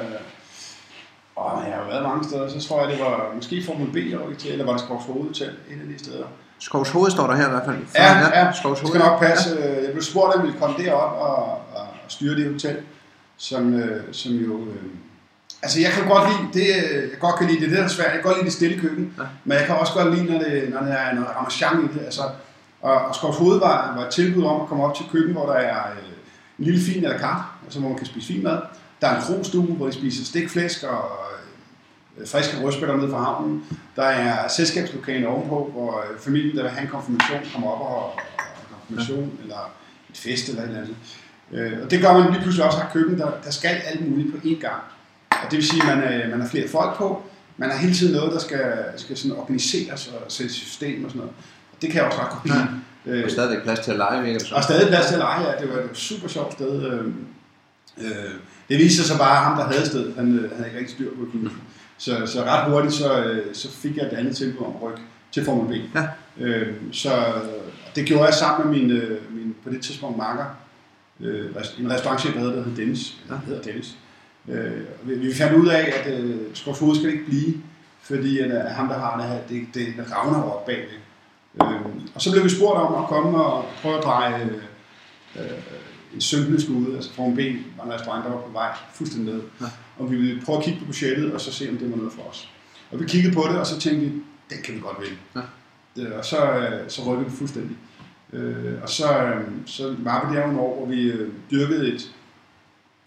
og jeg har jo været mange steder, så tror jeg, det var måske Formel B, jeg rykkede til, eller var det Skovs Hoved til, et af de steder. Skovs Hoved står der her i hvert fald. Ja, ja, ja. Skovs Hoved. Det skal nok passe. Ja. Jeg blev spurgt, at jeg ville komme derop og, og, og styre det hotel, som, øh, som jo... Øh, altså, jeg kan godt lide det, jeg godt kan lide det, det er svært. Jeg kan godt lide det stille køkken, ja. Men jeg kan også godt lide, når det, når det er noget ramachan i det. Altså, og, og Skovs Hoved var, var et tilbud om at komme op til køkken, hvor der er øh, en lille fin eller carte, altså hvor man kan spise fin mad. Der er en krogstue, hvor de spiser stikflæsk og øh, friske rødspætter ned fra havnen. Der er selskabslokale ovenpå, hvor øh, familien, der vil have en konfirmation, kommer op og har konfirmation, ja. Eller et fest eller et eller andet. Øh, og det gør man lige pludselig også har køkken, der, der skal alt muligt på én gang. Og det vil sige, at man, øh, man har flere folk på. Man har hele tiden noget, der skal, skal sådan organiseres og sættes i system og sådan noget. Det kan jeg også ret godt lide. Ja. Og stadig plads til at lege, virker det så. Og stadig plads til at lege, ja. Det var et super sjovt sted. Øh, øh, det viste sig bare, at ham, der havde stedet, han øh, havde ikke rigtig styr på økonomien. Så, så ret hurtigt, så, øh, så fik jeg et andet tilbud om at rykke til Formel B. Ja. Øh, så det gjorde jeg sammen med min, øh, min på det tidspunkt makker. Øh, en restaurantchef, der hedder, der hedder Dennis. Ja. Der hedder Dennis. Øh, vi, vi fandt ud af, at øh, Skovs Hoved skal ikke blive, fordi at, at ham, der har det her, det, det, det ravner op bagved. Øh, og så blev vi spurgt om at komme og prøve at dreje øh, en synkende skude, altså Formel B var en restaurant, der var på vej fuldstændig ned. Ja. Og vi ville prøve at kigge på budgettet, og så se, om det var noget for os. Og vi kiggede på det, og så tænkte vi, den kan vi godt vinde. Ja. Øh, og så, øh, så rykkede vi fuldstændig. Øh, og så, øh, så var vi der nogle år, hvor vi øh, dyrkede et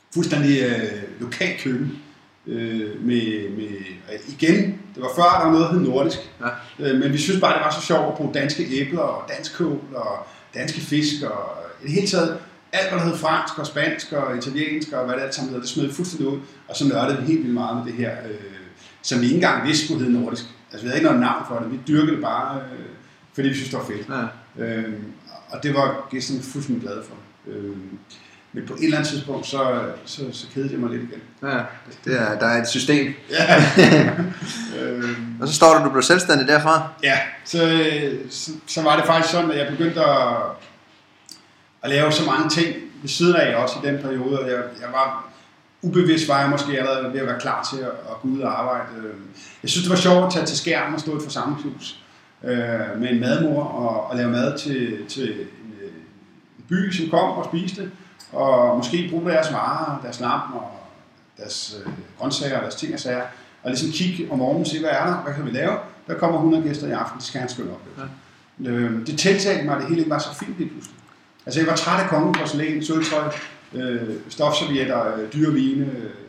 fuldstændig øh, lokal køkken. Øh, med, med, igen, det var før, der var noget, der hed nordisk. Ja. Øh, men vi synes bare, det var så sjovt at bruge danske æbler og dansk kål og danske fisk og i det hele taget alt, hvad der hed fransk og spansk og italiensk og hvad det alt sammen hedder, det smed fuldstændig ud. Og så nørdede vi helt vildt meget med det her, øh, som vi ikke engang vidste skulle hedde nordisk. Altså vi havde ikke noget navn for det, vi dyrkede det bare, øh, fordi vi synes, det var fedt. Ja. Øh, og det var gæsterne fuldstændig glade for. Øh, men på et eller andet tidspunkt, så, så, så kedede jeg mig lidt igen. Ja, det er, der er et system. Ja. øh, og så står du, du blev selvstændig derfra? Ja, så, så, så var det faktisk sådan, at jeg begyndte at, at lave så mange ting ved siden af også i den periode. Jeg, jeg var ubevidst, var jeg måske allerede ved at være klar til at, at gå ud og arbejde. Jeg synes, det var sjovt at tage til Skjern og stå i et forsamlingshus øh, med en madmor og, og lave mad til, til en, en by, som kom og spiste. Og måske bruge deres varer, deres lam og deres øh, grøntsager og deres ting og sager, og ligesom kigge om morgenen og se, hvad er der, hvad kan vi lave? Der kommer hundrede gæster i aften, det skal han skynde op. Ja. Øh, det tiltalte mig, at det hele ikke var så fint lige pludselig. Altså jeg var træt af kongeporcelæn, sølvtøj, øh, stofservietter, øh, dyre vine.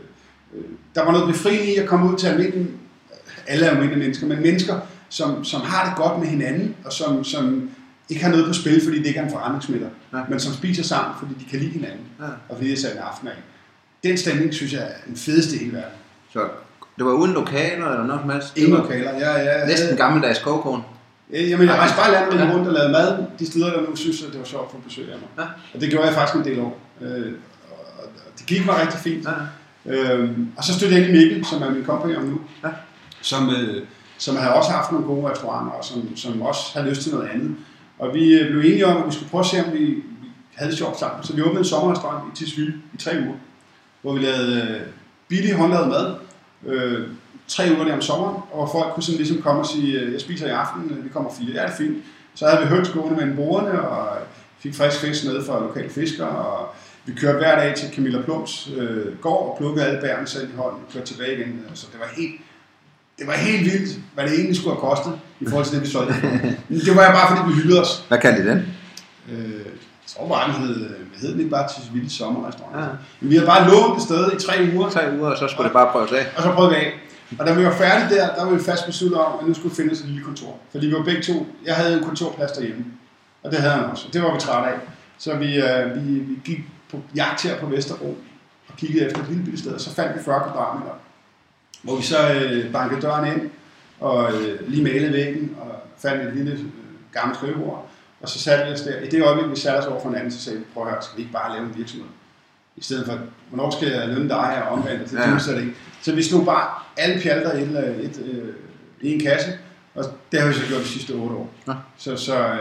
Øh, der var noget befriende i at komme ud til almindelige, alle er almindelige mennesker, men mennesker, som, som har det godt med hinanden, og som, som ikke har noget på spil, fordi det ikke er en forretningsmiddag, ja. Men som spiser sammen, fordi de kan lide hinanden, ja. Og fordi de har sat en aften af. Den stemning, synes jeg, er den fedeste i hele verden. Så det var uden lokaler eller noget som helst? Ingen lokaler, ja, ja. Næsten gammeldags kogekorn? Jamen, jeg rejste bare landet ja. rundt og lavede mad de steder, der nu synes, at det var sjovt for at besøge af mig. Ja. Og det gjorde jeg faktisk en del år. Øh, og det gik mig rigtig fint. Ja. Øhm, og så stødte jeg ind i Mikkel, som er min kompagnon nu, ja. som, øh, som havde også haft nogle gode restauranter, og som, som også havde lyst til noget andet. Og vi blev enige om, at vi skulle prøve at se, om vi, vi havde det sjovt sammen. Så vi åbnede en sommerrestaurant i Tisvilde i tre uger, hvor vi lavede øh, billig håndlavet mad, øh, tre uger der om sommeren, og folk kunne sådan ligesom komme og sige, jeg spiser i aften, vi kommer fire, ja det er fint. Så havde vi hørt gående mellem bordene, og fik frisk fisk ned fra lokale fiskere, og vi kørte hver dag til Camilla Plums øh, gård og plukkede alle bærene selv i hånden og kørte tilbage igen. Så det var helt... Det var helt vildt, hvad det egentlig skulle have kostet, i forhold til det, vi solgte. Det var jo bare, fordi vi hyldede os. Hvad kaldte I den? Øh, jeg tror bare, den hed, hvad hed den ikke bare Tisvilde Sommerrestaurant. Ja. Men vi havde bare lånt et sted i tre uger. Tre uger, og så skulle og, det bare prøves af. Og så prøvede vi af. Og da vi var færdige der, der var vi fast besluttet om, at nu skulle vi finde os et lille kontor. Fordi vi var begge to, jeg havde en kontorplads derhjemme, og det havde han også. Det var vi trætte af. Så vi, øh, vi, vi gik på jagt her på Vesterbro, og kiggede efter et lille bitte sted, og så fandt vi fyrre kvadratmeter. Hvor vi så øh, bankede døren ind, og øh, lige malede væggen, og fandt et lille øh, gammelt skrivebord, og så satte vi os der. I det øjeblik, vi satte os over for hinanden, så sagde vi, prøv at høre, skal vi ikke bare lave en virksomhed? I stedet for, hvornår skal jeg lønne dig og omvendt, det ja. Det ikke. Så vi slog bare alle pjalter i, et, et, øh, i en kasse, og det har vi så gjort de sidste otte år. Ja. Så, så, øh,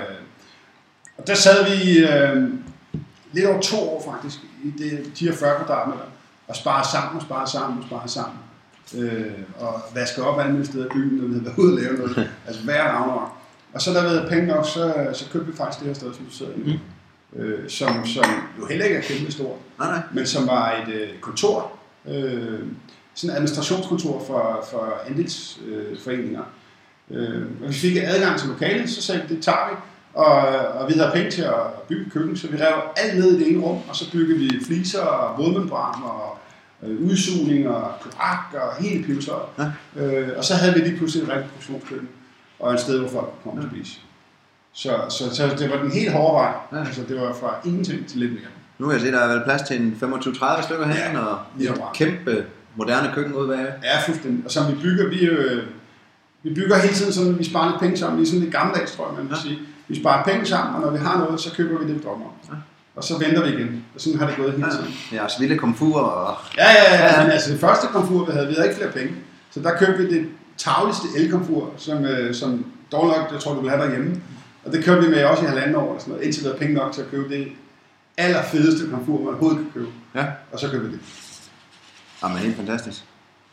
og der sad vi øh, lidt over to år faktisk, i det, de her fyrre kvadratmeter, og sparede sammen og sparede sammen og sparede sammen. Øh, og vaske op alle steder i byen, og vi havde været ude og lave noget, altså hver ragnarok. Og så da vi havde penge nok, så, så købte vi faktisk det her sted, som du sidder i, mm. øh, som, som jo heller ikke er kæmpe stort, nej, nej. Men som var et øh, kontor, øh, sådan et administrationskontor for, for andelsforeninger. Øh, og vi fik adgang til lokalet, så sagde vi, det tager vi, og, og vi havde penge til at bygge køkken, så vi rev alt ned i det ene rum, og så byggede vi fliser og vådmembran og udsugning og kloak og hele pivsøjet. Ja. Øh, og så havde vi lige pludselig et rigtig portionskøkken og et sted, hvor folk kom og spise. Så, så, så det var den helt hårde vej. Ja. Altså, det var fra ingenting til lidt mere. Nu kan jeg se, der er vel plads til en femogtyve til tredive stykker herinde, ja, og et kæmpe moderne køkken ud bag. Ja, fuldstændig. Og som vi bygger, vi, øh, vi bygger hele tiden sådan, at vi sparer lidt penge sammen. Vi er sådan lidt gammeldags, tror jeg, man vil ja. sige. Vi sparer penge sammen, og når vi har noget, så køber vi det drømmer. Ja. Og så venter vi igen. Og sådan har det gået hele tiden. Ja, så vilde komfur og... Ja, ja, ja. ja. Men altså det første komfur, vi havde, vi havde ikke flere penge. Så der købte vi det tavligste elkomfur, som, øh, som dog nok, jeg tror, du vil have derhjemme. Og det købte vi med også i halvanden år, og sådan noget, indtil vi havde penge nok til at købe det allerfedeste komfur, man overhovedet kan købe. Ja. Og så købte vi det. Jamen, helt fantastisk.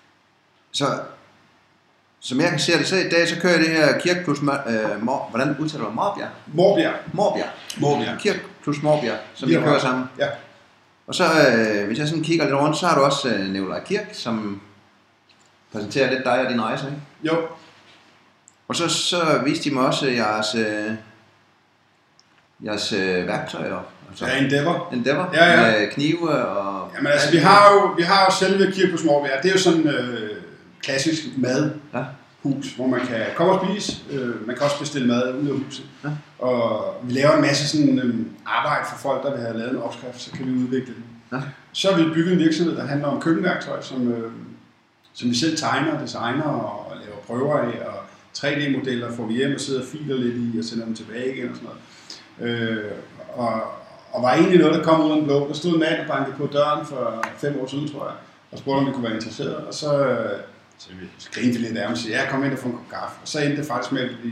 Så, som jeg kan se det, så i dag, så kører jeg det her Kirk plus, øh, Mor, hvordan udtaler du Morbjerg? Morbjerg. Morbjerg. Morbjerg. Kirk plus Morbjerg, som vi kører sammen. Ja. Og så, øh, hvis jeg sådan kigger lidt rundt, så har du også øh, Nikolaj Kirk, som præsenterer lidt dig og din rejse, ikke? Jo. Og så, så viste de mig også jeres, øh, jeres øh, værktøjer. Altså, ja, Endeavor. Endeavor, ja, ja. Med knive og Jamen altså, vi har jo, vi har jo selve Kirke på Småbjerg. Det er jo sådan øh, klassisk madhus, hvor man kan komme og spise. Øh, man kan også bestille mad ud af huset. Ja. Og vi laver en masse sådan, øh, arbejde for folk, der vil have lavet en opskrift, så kan vi udvikle den. Ja. Så har vi bygget en virksomhed, der handler om køkkenværktøj, som, øh, som vi selv tegner og designer og, og laver prøver af. Og tre D-modeller får vi hjem og sidder og filer lidt i og sender dem tilbage igen og sådan noget. Øh, og, og var egentlig noget, der kom ud af den blå. Der stod en mand og bankede på døren for fem år siden, tror jeg, og spurgte, om vi kunne være interesseret. Og så, øh, så vi grinte lidt af ham og sagde, ja, kom ind og få en kop kaffe. Og så endte det faktisk med, at vi,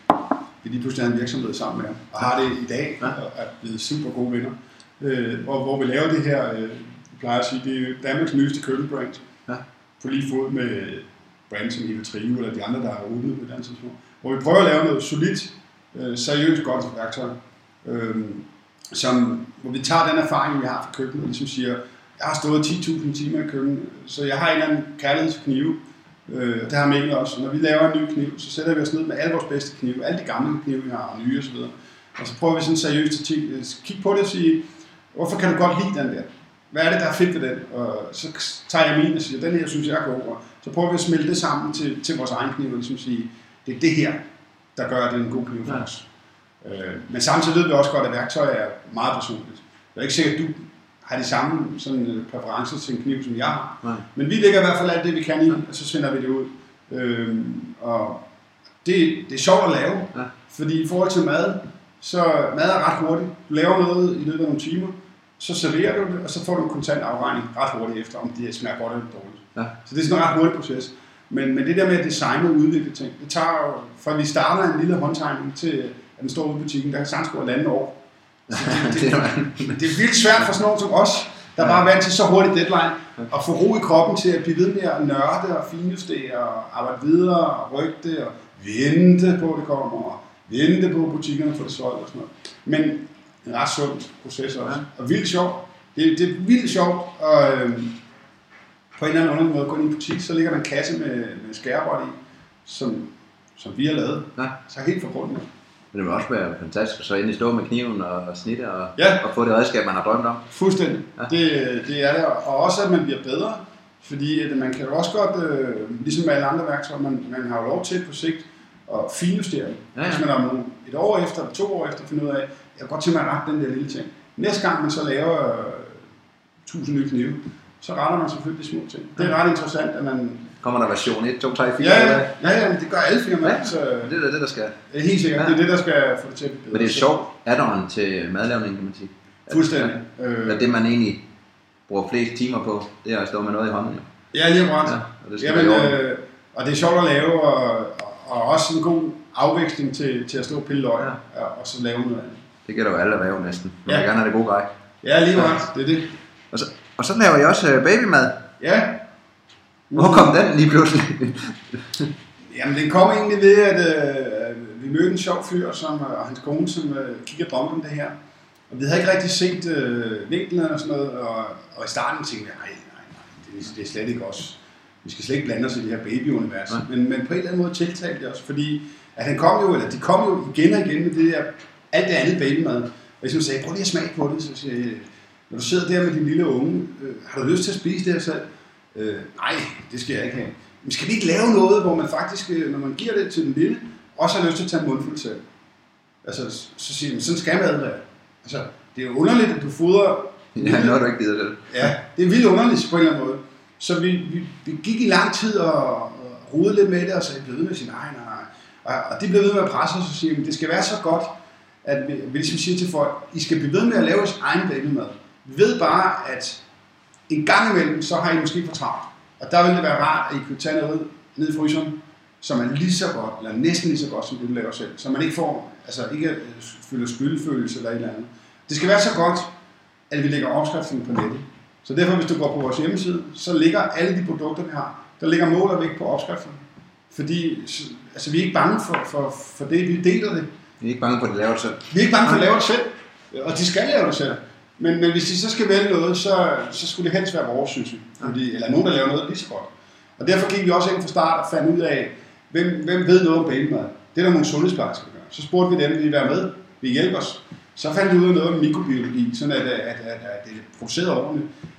vi lige pludselig havde en virksomhed sammen med ham. Og har det i dag, og er blevet super gode venner. Øh, hvor, hvor vi laver det her, øh, jeg plejer at sige, det er Danmarks nyeste køkkenbrand. Ja. På lige fod med brands som Eva Trio eller de andre, der har åbnet på et andet tidspunkt. Hvor vi prøver at lave noget solidt, øh, seriøst godt værktøj. Øh, som, hvor vi tager den erfaring, vi har fra køkkenet, og ligesom siger, jeg har stået ti tusind timer i køkkenet, så jeg har en eller anden kærlighed til knive. Øh, det har Mikkel også. Når vi laver en ny kniv, så sætter vi os ned med alle vores bedste knive, alle de gamle knive, vi har, og nye osv. Og så prøver vi sådan seriøst at kigge på det og sige, hvorfor kan du godt lide den der? Hvad er det, der er fedt ved den? Og så tager jeg min og siger, den her synes jeg er god. Og så prøver vi at smelte det sammen til, til vores egen kniv, og ligesom sige, det er det her, der gør, at det er en god kniv for os. Ja. Øh, men samtidig ved vi også godt, at værktøj er meget personligt. Jeg er ikke sikker, at du har de samme sådan, præferencer til en kniv, som jeg har. Nej. Men vi lægger i hvert fald alt det, vi kan i, og så sender vi det ud. Øh, og det, det er sjovt at lave, ja. Fordi i forhold til mad, så mad er ret hurtigt. Du laver noget i løbet af nogle timer, så serverer du det, og så får du en kontant afregning ret hurtigt efter, om det smager godt eller dårligt. Ja. Så det er sådan en ret hurtig proces. Men, men det der med at designe og udvikle ting, det tager jo, fra vi starter en lille håndtegning til, at den står ude i butikken, der kan sagtens gå et andet år. Så det, det, det, det er vildt svært for sådan nogen som os, der ja. Bare er vant til så hurtigt deadline, at få ro i kroppen til at blive ved med at nørde og finjustere og arbejde videre og rykke det og vente på, at det kommer og vente på butikkerne for det solgt og sådan noget. Men en ret sund proces også. Ja. Og vildt sjovt. Det, det er vildt sjovt at øh, på en eller anden måde gå ind i en butik, så ligger der en kasse med, med skærebræt i, som, som vi har lavet. Ja. Så helt forbundet. Men det må også være fantastisk at så endelig stå med kniven og, og snitte og, ja. Og få det redskab, man har drømt om. Fuldstændig. Ja. Det, det er det. Og også at man bliver bedre, fordi at man kan jo også godt, øh, ligesom med alle andre værktøjer, man, man har jo lov til på sigt og finjustere. Ja, ja. Hvis man har et år efter, eller to år efter, finde ud af, jeg kan godt tænke mig at rette den der lille ting. Næste gang man så laver øh, tusind nye knive, så retter man selvfølgelig de små ting. Det er ret interessant, at man... Kommer der version et, to, tre, fire? Ja, ja, ja, ja, det gør alle firmaer. Ja, så det er det, der skal... Det er helt sikkert, ja. Det er det, der skal få det til at blive bedre. Men det er sjovt add-on til madlavning, kan man sige. Fuldstændig. Ja. Øh... Det, man egentlig bruger flest timer på, det er at stå med noget i hånden. Jo. Ja, lige ret. Ja, og, det Jamen, øh, og det er sjovt at lave, og, og også en god afveksling til, til at stå og pille løg, ja. Og så lave noget andet. Det gælder jo alle erhverv næsten. Man ja. vil gerne have det gode grej. Ja, lige ret. Ja. Det er det. Og så, og så laver jeg også babymad. Ja. Hvor kom den lige pludselig? Jamen, den kom egentlig ved, at øh, vi mødte en sjov fyr, som, og hans kone, som øh, kiggede drømme om det her. Og vi havde ikke rigtig set øh, vinklen og sådan noget, og, og i starten tænkte vi, nej, nej, nej, det, det er slet ikke os. Vi skal slet ikke blande os i det her babyunivers. Ja. Men, men på en eller anden måde tiltalte det os, fordi at han kom jo, eller de kom jo igen og igen med det der, alt det andet babymad. Og jeg sådan sagde, prøv lige at smage på det, så siger jeg, når du sidder der med din lille unge, øh, har du lyst til at spise det her selv? Øh, nej, det skal jeg ikke have. Men skal vi ikke lave noget, hvor man faktisk, når man giver det til den lille, også har lyst til at tage en mundfuld selv? Altså, så siger man, sådan skal mad være. Altså, det er jo underligt, at du fodrer... Ja, når du ikke gider det. Ja, det er vildt underligt på en eller anden måde. Så vi, vi, vi gik i lang tid og, og rodede lidt med det, og sagde, blev ved med sin egen. Og, og de blev ved med at presse os og sige, at det skal være så godt, at vi, vi ligesom siger til folk, I skal blive ved med at lave jeres egen babymad. Vi ved bare, at en gang imellem, så har I måske for travlt. Og der vil det være rart, at I kunne tage noget ned i fryseren, som er lige så godt, eller næsten lige så godt, som det du laver selv. Så man ikke får, altså ikke føler skyldfølelse eller et eller andet. Det skal være så godt, at vi lægger opskriften på nettet. Så derfor, hvis du går på vores hjemmeside, så ligger alle de produkter, vi har, der ligger mål og vægt på opskriften. Fordi altså, vi er ikke bange for, for, for det, vi deler det. Vi er ikke bange for, at de laver det selv. Vi er ikke bange for at lave det selv, og de skal lave det selv. Men, men hvis de så skal vælge noget, så, så skulle det helst være vores, synes vi. Fordi, eller nogen, der laver noget lige så godt. Og derfor gik vi også ind fra start og fandt ud af, hvem, hvem ved noget om babymad. Det er der nogle sundhedsplejersker, der gør. Så spurgte vi dem, vil I være med? Vil I hjælpe os? Så fandt vi ud af noget om mikrobiologi, sådan at, at, at, at det er produceret ordentligt.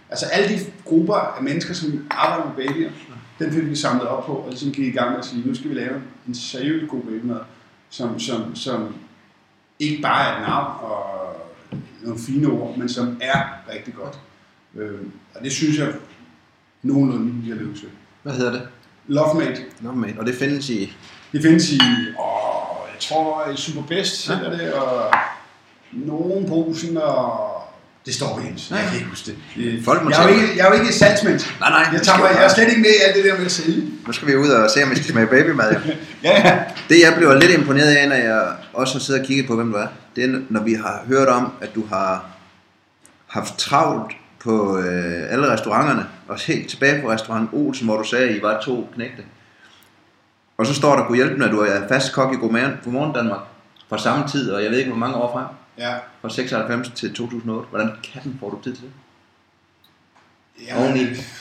Altså alle de grupper af mennesker, som arbejder med babyer, den fik vi samlet op på, og ligesom gik i gang med at sige, nu skal vi lave en seriøs god babymad, som, som, som ikke bare er et navn og nogle fine ord, men som er rigtig godt. Øh, og det synes jeg nogenlunde, vi har lykkes ved. Hvad hedder det? Lovemade. Lovemade, og det findes i? Det findes i, åh, jeg tror i Superbest sælger det, og nogen Brugsen, og det står på hendes. Jeg kan ikke huske det. det Folk må jeg, er jo ikke, jeg er jo ikke salgsmenneske. Nej, nej. Jeg, tager mig, jeg er slet ikke med i alt det der med at sælge. Nu skal vi ud og se, om vi skal smage babymad. Ja. ja, ja. Det jeg blev lidt imponeret af, når jeg også har siddet og kigget på, hvem du er, det er, når vi har hørt om, at du har haft travlt på øh, alle restauranterne, og helt tilbage på restaurant Olsen, hvor du sagde, at I var to knægte. Og så står der, kunne hjælpe, når du er fast kok i Godmorgen Danmark, fra samme tid, og jeg ved ikke, hvor mange år frem. Ja. Fra seksoghalvfems til to tusind og otte. Hvordan katten får du tid til det? Jamen,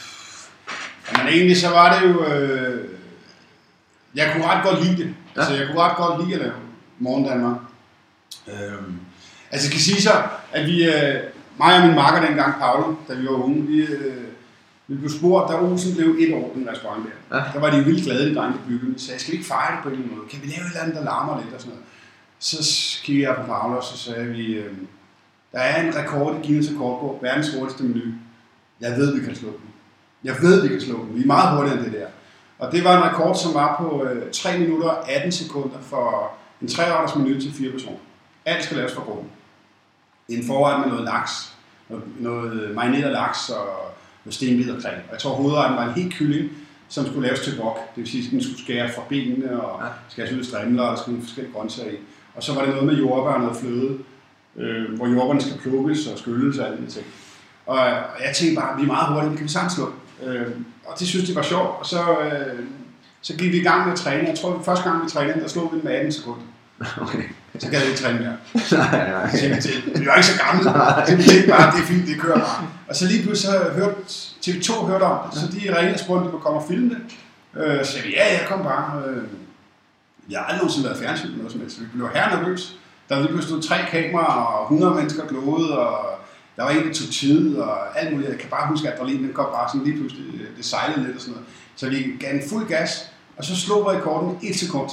jamen egentlig så var det jo... Øh, jeg kunne ret godt lide det. Ja. Altså jeg kunne ret godt lide at lave Morgen Danmark. Øhm, altså jeg kan sige så, at vi... Øh, mig og min makker dengang, Paolo, da vi var unge, vi, øh, vi blev spurgt, da Olsen blev et år den restaurant der. Ja. Der var de jo vildt glade, de drenge, der byggede. Så jeg skal vi ikke fejre det på en eller anden måde? Kan vi lave et eller andet, der larmer lidt og sådan noget? Så kiggede jeg på Paolo, og så sagde vi, øh, der er en rekord i Guinness Rekordbog, verdens hurtigste menu. Jeg ved, vi kan slå den. Jeg ved, vi kan slå den. Vi er meget hurtigere end det der. Og det var en rekord, som var på øh, tre minutter og atten sekunder for en tre-retters menu til fire personer. Alt skal laves fra grunden. En forret med noget laks, noget, noget marineret laks og noget stenhvid og creme. Og jeg tror, hovedretten var en helt kylling, som skulle laves til wok. Det vil sige, at den skulle skæres fra benene og skæres ud i strimler, og der skulle nogle forskellige grøntsager i. Og så var det noget med jordbær og noget fløde, øh, hvor jordbærne skal plukkes og skylles og alle de ting. Og, og jeg tænkte bare, vi er meget hurtige, det kan vi sagtens slå. Øh, og det synes det var sjovt, og så, øh, så gik vi i gang med at træne. Jeg tror, at første gang vi trænede, der slog vi med atten sekunder. Okay. Så gad vi ikke træne mere. nej, nej. Så vi var ikke så gamle, så vi tænkte bare, det er fint, det kører bare. Og så lige pludselig så hørte T V to hørte om det, så de ringede og spurgte, om du komme og filme det. Øh, så sagde vi, ja, jeg kom bare. Øh, jeg har aldrig nogensinde været fjernsyn eller noget som helst, så vi blev her nervøs. Der var lige pludselig tre kameraer, og hundrede mennesker glåede, og der var en, der tog tid, og alt muligt. Jeg kan bare huske, at adrenalin, den kom bare sådan lige pludselig, det sejlede lidt og sådan noget. Så vi gav en fuld gas, og så slog rekorden et sekund.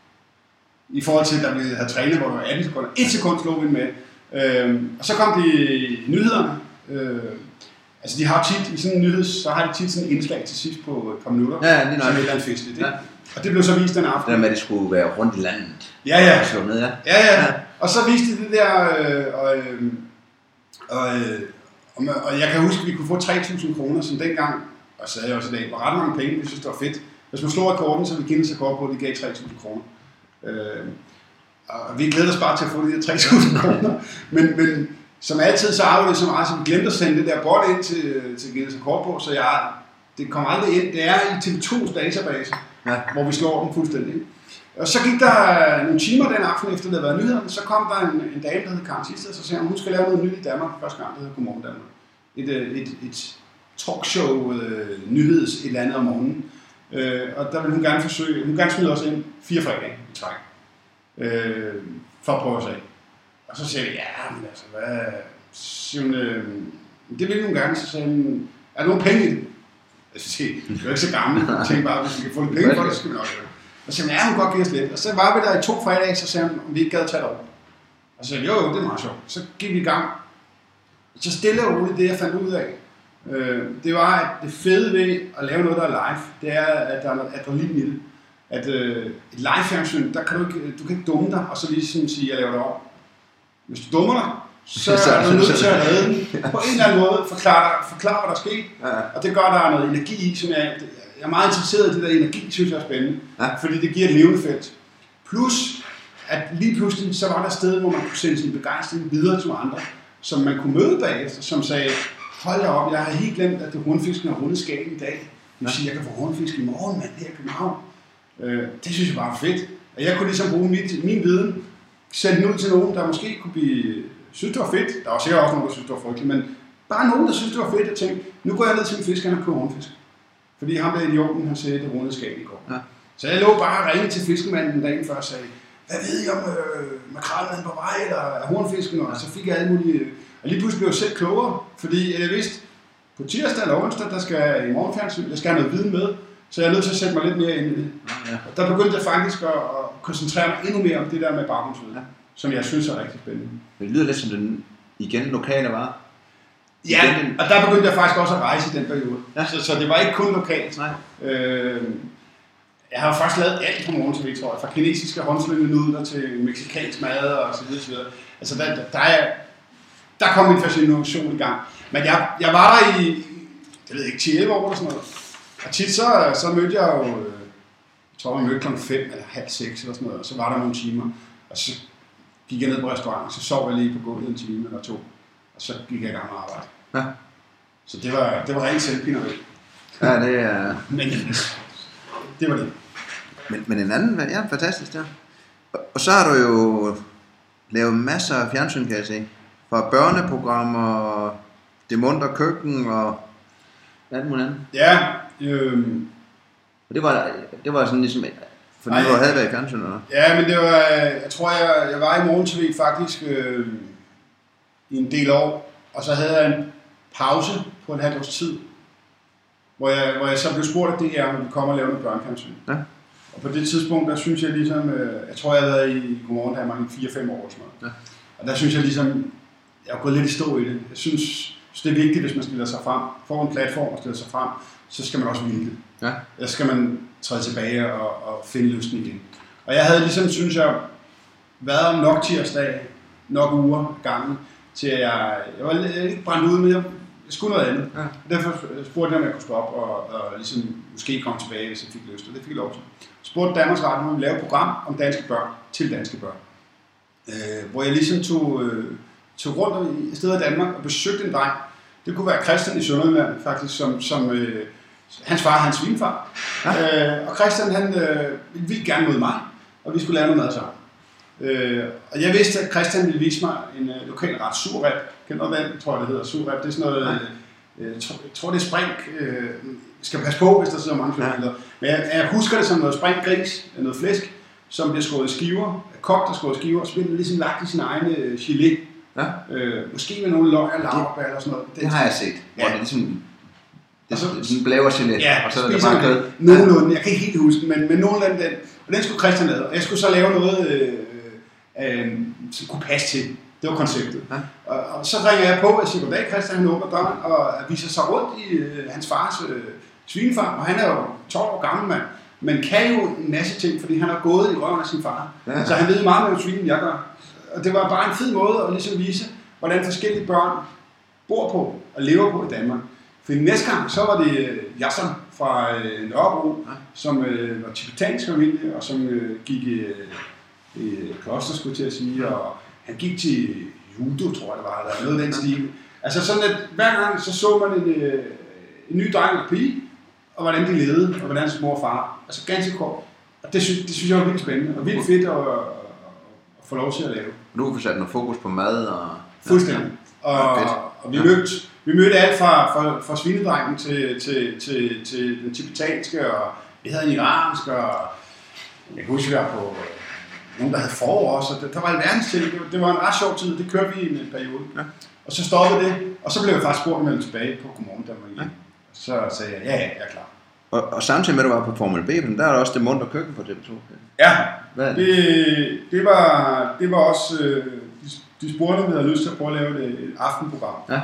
I forhold til, da vi havde trænet, hvor det var atten sekunder. Et sekund slog vi med. Øhm, og så kom de nyhederne. Øh, altså de har tit, i sådan en nyhed, så har de tit sådan en indslag til sidst på et par minutter. Ja, lige nok. Som et eller andet festligt. Ja. Og det blev så vist den aften. Det der med, at det skulle være rundt i landet. Ja, ja. Og slå ned, ja. Ja, ja. Og så viste de det der, øh, og, øh, og, øh, og, og jeg kan huske, at vi kunne få tre tusind kroner, som dengang, og så sagde jeg også i dag, var ret mange penge, vi synes det var fedt. Hvis man slog rekorden, så ville Guinness Rekord på, at de gav tre tusind kroner. Øh, og vi glæder os bare til at få de der tre tusind kroner, men, men som altid så arbejder det så meget, så vi glemte at sende det der bånd ind til, til Guinness Rekordbog, så jeg, det kommer aldrig ind. Det er i T V tos database, ja. Hvor vi slår den fuldstændig. Og så gik der nogle timer den aften efter det havde været nyhederne, så kom der en, en dame, der hed Karen Thisted, og så sagde hun, hun skal lave noget nyt i Danmark første gang, der hedder Godmorgen Danmark. Et, et, et talkshow, øh, nyheds et eller andet om morgenen. Øh, og der ville hun gerne forsøge, hun ville gerne smide os ind fire fredage i træk. Øh, for at prøve os af. Og så siger vi, ja, men altså, hvad... Så hun, øh, det ville hun gerne, så sagde hun, er der nogen penge i det? Jeg siger, det er jo ikke så gammel, jeg tænkte bare, hvis vi kan få lidt penge for det, så skal vi nok gøre det. Og så sagde hun, ja, hun kan godt give os lidt. Og så var vi der i to fredage, så sagde hun, om vi ikke gad tage det over. Og så sagde vi, jo, jo, det er meget sjovt. Så gik vi i gang. Så stille og roligt, det jeg fandt ud af, øh, det var, at det fede ved at lave noget, der er live, det er, at der er noget adrenalin i det. At øh, et live-fjernsyn, der kan du ikke, du kan ikke dumme dig, og så lige sådan sige, at jeg laver det om. Hvis du dummer dig, så er du nødt til at redde den. På en eller anden måde forklare, forklare hvad der er sket. Og det gør, der er noget energi i, som jeg, jeg er meget interesseret i. Det der energi, synes jeg er spændende. Fordi det giver et levende felt. Plus, at lige pludselig, så var der et sted, hvor man kunne sende sin begejstring videre til andre, som man kunne møde bagefter, som sagde, hold da op, jeg har helt glemt, at det hornfisken har rundet skab i dag. Det vil sige, at jeg kan få hornfisk i morgen, mand, her i København. Øh, det synes jeg bare er fedt. Og jeg kunne ligesom bruge mit, min viden, sende den ud til nogen, der måske kunne blive, synes det var fedt. Der var sikkert også nogen, der synes det var frygteligt, men bare nogen, der synes det var fedt, og tænkte, nu går jeg ned til min fisk, han har købt hornfisk. Fordi ham der idioten, han sagde, det rundede skab i går. Ja. Så jeg lå bare og ringe til fiskemanden dagen før og sagde, hvad ved I om øh, makrelmanden på vej, eller er hornfisken, og så fik jeg alle mulige, og lige pludselig blev jeg selv klogere, fordi jeg vidste, på tirsdag eller onsdag, der skal jeg i morgenfjernsyn, jeg skal have noget viden med, så jeg er nødt til at sætte mig lidt mere ind i det. Ja. Og der begyndte jeg faktisk at, at koncentrere mig endnu mere om det der med baggrundsviden, ja. Som jeg synes er rigtig spændende. Det lyder lidt som den igen lokale var. Ja, igen, og der begyndte jeg faktisk også at rejse i den periode. Ja. Så, så det var ikke kun lokalt. Nej. Øh, jeg har faktisk lavet alt på morgen-tv, tror jeg. Fra kinesiske håndslynge nudler til mexikansk mad og så videre. Så videre. Altså der, der, er, der kom min fascination i gang. Men jeg, jeg var der i, jeg ved ikke, ti elleve år eller sådan noget. Og tit så, så mødte jeg jo, jeg tror jeg mødte klokken fem eller halv seks eller sådan noget. Og så var der nogle timer. Og så gik jeg ned på restauranten, så sov jeg lige på gulvet en time eller to. Og så gik jeg i gang med arbejde. Ja. Så det var, det var rent selvpineri. Ja, det er... Men det var det. Men, men en anden, ja, fantastisk der. Og, og så har du jo lavet masser af fjernsyn, kan jeg se. Fra børneprogrammer, Det muntre køkken og alt muligt andet. Ja. Øh... Og det var, det var sådan ligesom, fordi du havde været i fjernsyn, eller? Ja, men det var, jeg tror, jeg, jeg var i morgen-tv faktisk øh, i en del år. Og så havde jeg en pause på en halv års tid, hvor jeg, hvor jeg så blev spurgt af D R, når vi kommer og laver noget børnefjernsyn. Ja. Og på det tidspunkt, der synes jeg ligesom, jeg tror jeg havde været i Godmorgen Danmark i fire fem år. Sådan noget. Ja. Og der synes jeg ligesom, jeg har gået lidt i stå i det. Jeg synes, synes det er vigtigt, hvis man stiller sig frem, får en platform og stiller sig frem, så skal man også ville det. Ja. Ellers skal man træde tilbage og, og finde lysten igen. Og jeg havde ligesom, synes jeg, været nok tirsdag, nok uger gangen, til at jeg, jeg var ikke brændt ud, men jeg, jeg skulle noget andet. Ja. Derfor spurgte jeg, om jeg kunne stoppe og, og ligesom måske komme tilbage, hvis jeg fik lyst, og det fik jeg lov til. Spurgte Danmarks Radio, om vi lave et program om danske børn til danske børn. Øh, hvor jeg ligesom tog, øh, tog rundt i stedet af Danmark og besøgte en dreng. Det kunne være Christian i Sønderjylland, faktisk, som, som øh, hans far, hans svinefar. Ja. Øh, og Christian, han øh, ville gerne møde mig, og vi skulle lave noget mad sammen. Øh, og jeg vidste, at Christian ville vise mig en øh, lokal ret surrep. Kender du den? Tror jeg, det hedder surrep. Det er sådan noget, øh, jeg, tror, jeg tror, det er spring. Øh, skal passe på, hvis der sidder mange flere. Ja. Men jeg, jeg husker det som noget springgris, noget flæsk, som bliver skåret i skiver, kogt og skåret i skiver, og så bliver det ligesom lagt i sin egen øh, gelé. Ja. Øh, måske med nogle løg og laurbær eller sådan noget. Det, det har jeg set. Ja. Hvor det er ligesom, det er sådan en blævergelé, ja, og så er det bare kød. Nogenlunde, jeg kan ikke helt huske den, men, men nogenlunde den. Og den skulle Christian lave, og jeg skulle så lave noget, øh, øh, som kunne passe til. Det var konceptet. Ja. Og, og så ringer jeg på og siger, goddag Christian, han åbner døren og viser sig rundt i øh, hans fars øh, svinefar, og han er jo tolv år gammel mand, men kan jo en masse ting, fordi han har gået i røven af sin far. Ja. Så han ved meget mere om svin, end jeg gør. Og det var bare en fed måde at ligesom vise, hvordan forskellige børn bor på og lever på i Danmark. For næste gang, så var det øh, Jasson fra øh, Nørrebro, ja. som øh, var tibetansk familie, og som øh, gik i øh, kloster, skulle til at sige, og han gik til judo, tror jeg det var, eller noget af den stil. Altså sådan, at hver gang så så man en, øh, en ny dreng og pige, og hvordan de levede, og hvordan hans mor og far. Altså ganske kort. Og det, sy- det synes jeg var vildt spændende, og vildt fedt at, at, at få lov til at lave. Nu har vi sat noget fokus på mad og... Fuldstændig. Og, og vi, mødte, vi mødte alt fra, fra, fra svinedrengen til, til, til, til den tibetanske, og vi havde en iransk, og jeg kan huske, vi var på nogen, der havde forår også, og der var alverdens ting. Det, det var en ret sjov tid, det kørte vi i en periode. Ja. Og så stoppede det, og så blev jeg faktisk spurgt med tilbage på Godmorgen Danmark igen. Ja. Så sagde jeg, ja, ja, jeg er klar. Og, og samtidig med, at du var på Formel B, men der er der også Det muntre køkken på T V to. Ja, det, det, var, det var også, øh, de, de spurgte, om vi havde lyst til at prøve at lave et, et aftenprogram. Ja.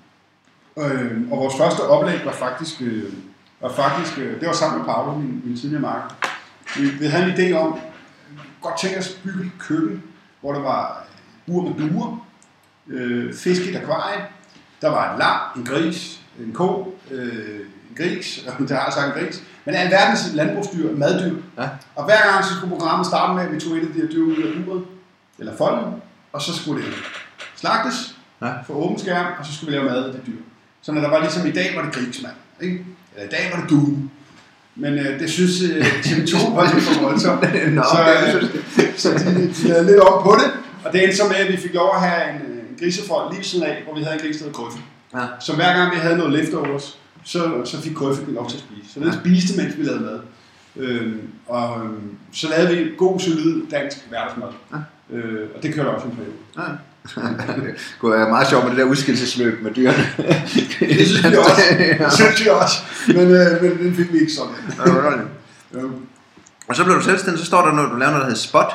Øh, og vores første oplæg var faktisk, øh, var faktisk øh, det var sammen med Paolo, min, min tidligere marker. Vi, vi havde en idé om, godt tænke os at bygge et køkken, hvor der var bur med duer, øh, fisk i et akvarie, der var en lam, en gris, en ko, øh, en gris, det har jeg sagt en gris, men alverdens landbrugsdyr, maddyr. Ja. Og hver gang så skulle programmet starte med, at vi tog et af de her dyr ud af buret, eller folden, og så skulle det slagtes ja. for åben skærm, og så skulle vi lave mad af det dyr. Så når der var ligesom, i dag var det grismand, ikke? Eller i dag var det due. Men øh, det synes øh, T V to var lidt for voldsomt. Nå, så øh, så de, de lavede lidt op på det, og det endte så med, at vi fik lov at have en, en grisefold lige sådan af, hvor vi havde en gris, der hed Krøffe. Ja. Så hver gang vi havde noget leftovers, så, så fik Krøffe lov til at spise. Så det spiste, mens vi lavede mad. Øhm, og øhm, så lavede vi god, solid dansk hverdagsmad. Ja. Øh, og det kørte også en periode. Ja. Det kunne være meget sjovt med det der udskillelsesløb med dyrene. Det synes vi også. Det synes vi også. Men, øh, men den fik vi ikke sådan. Ja. Og så blev du selvstændig, så står der noget, du laver noget, der hedder Spot.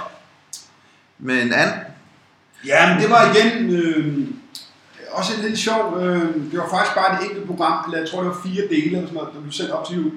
Med en and. Ja, men det var igen øh, også en lidt sjov. Øh, det var faktisk bare et enkelt program, eller jeg tror det var fire dele eller sådan noget, der blev sendt op til jul.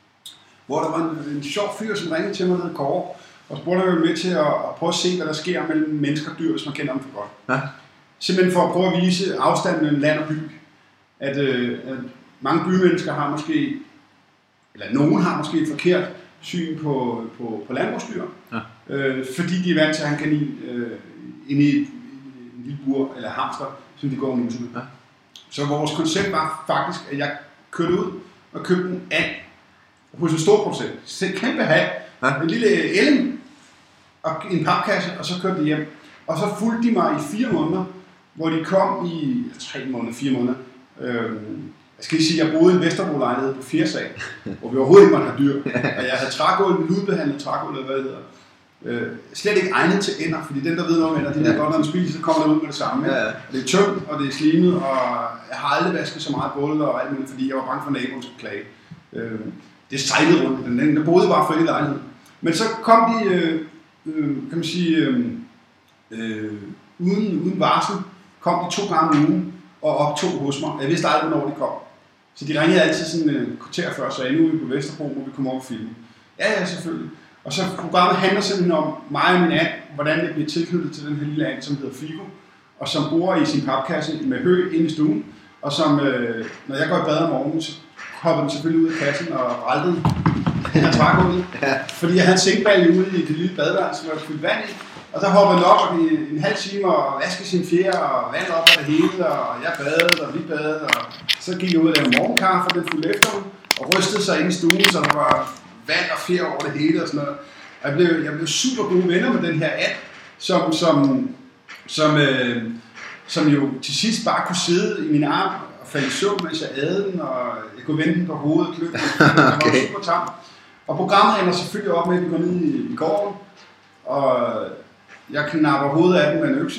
Hvor der var en, en sjov fyr, som ringede til mig, der hed Kåre, og spurgte mig med til at, at prøve at se, hvad der sker mellem mennesker og dyr, hvis man kender dem for godt. Ja. Simpelthen for at prøve at vise afstanden mellem land og by. At, øh, at mange bymennesker har måske, eller nogen har måske et forkert syn på, på, på landbrugsdyr. Ja. Øh, fordi de er vant til at have en kanin øh, inde i en lille bur, eller hamster, som de går og nuser med. Ja. Så vores koncept var faktisk, at jeg kørte ud og købte en and hos en stor producent. Så et kæmpe hat, ja. En lille ellen og en papkasse, og så kørte de hjem. Og så fulgte de mig i fire måneder, hvor de kom i tre måneder, fire måneder. Øhm, jeg skal lige sige, at jeg boede i en Vesterbro-lejlighed på fjerde sal, hvor vi overhovedet ikke måtte have dyr. Og jeg havde trægulv, lydbehandlet trægulv, eller hvad det hedder. Øh, slet ikke egnet til ender, fordi den, der ved noget om ender, de ved godt, når den spiser, så kommer der ud med det samme. Ja, ja. Og det er tyndt, og det er slimet, og jeg har aldrig vasket så meget gulv og alt muligt, fordi jeg var bange for, at naboen skulle klage. Øh, det sejlede rundt, den, den boede bare for i lejligheden. Men så kom de, øh, øh, kan man sige, øh, øh, uden, uden varsel, kom de to gange om ugen og optog hos mig. Jeg vidste aldrig, hvornår de kom. Så de ringede altid sådan en øh, kvarter før, så nu er vi på Vesterbro, hvor vi kommer over og filme. Ja, ja, selvfølgelig. Og så programmet handler simpelthen om mig og min and, hvordan det bliver tilknyttet til den her lille and, som hedder Figo, og som bor i sin papkasse med hø inde i stuen, og som, øh, når jeg går i bad om morgenen, så hopper den selvfølgelig ud af kassen og ræltede den her trægulvet, fordi jeg havde en sænkbalje ude i det lille badeværelse, som jeg fyldt vand i, og så hopper den op og i en halv time og vasker sin fjer og vand op af det hele, og jeg badede, og vi badede, og så gik jeg ud og lavede morgenkaffe, og den fulgte efter mig, og rystede sig ind i stuen, så der var vand og fjer over det hele og sådan noget. Og jeg blev, jeg blev super gode venner med den her and, som, som, som, øh, som jo til sidst bare kunne sidde i min arm og falde i søvn, mens jeg ædede den, og jeg kunne vende den på hovedet, kløb den, og den var super tam. Og programmet ender selvfølgelig op med, at vi går ned i, i gården, og jeg knapper hovedet af den med en økse.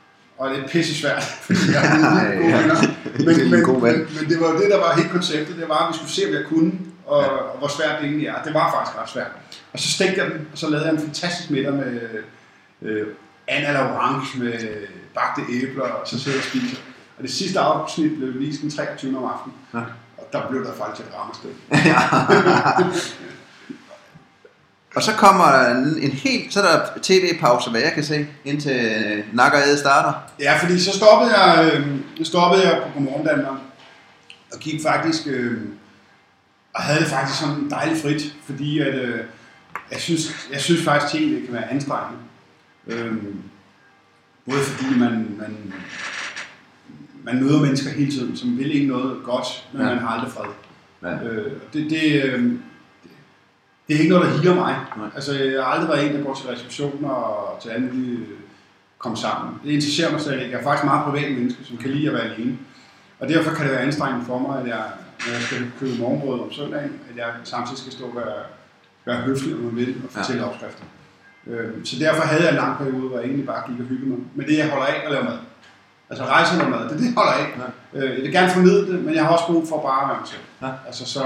Og det er pisse svært, fordi jeg er en gode venner. Men, men, men, men det var det, der var helt konceptet, det var, at vi skulle se, hvad jeg kunne, og, ja. og hvor svært det egentlig er. Det var faktisk ret svært. Og så stegte jeg den, og så lavede jeg en fantastisk middag med øh, and à la orange, med bagte æbler, og så sidder jeg og spiser. Og det sidste afsnit blev vist den treogtyvende om aftenen, ja. Og der blev der faktisk et ramaskrig. Og så kommer en, en helt, så er der tv-pause, hvad jeg kan se, indtil Nak og Æde starter. Ja, fordi så stoppede jeg, øh, stoppede jeg på Godmorgen Danmark, og gik faktisk, øh, og havde det faktisk sådan dejligt frit, fordi at, øh, jeg, synes, jeg synes faktisk, at tv kan være anstrengende. Øh, både fordi man, man, man møder mennesker hele tiden, som vil ikke noget godt, men ja. Man har aldrig fred. Ja. Øh, det, det, øh, Det er ikke noget, der higer mig. Nej. Altså, jeg har aldrig været en, der går til receptioner og til alle mulige komme sammen. Det interesserer mig slet ikke. Jeg er faktisk meget privat menneske, som kan lide at være alene. Og derfor kan det være anstrengende for mig, at jeg, når jeg skal købe morgenbrød om søndagen, at jeg samtidig skal stå og være, være høflig, om man vil, og fortælle ja. Opskrifter. Så derfor havde jeg en lang periode, hvor jeg egentlig bare gik og hyggede mig. Men det, jeg holder af at lave mad. Altså rejse med mad, det er det, jeg holder af. Ja. Jeg vil gerne formidle det, men jeg har også brug for bare at være mig selv. Ja. Altså, så...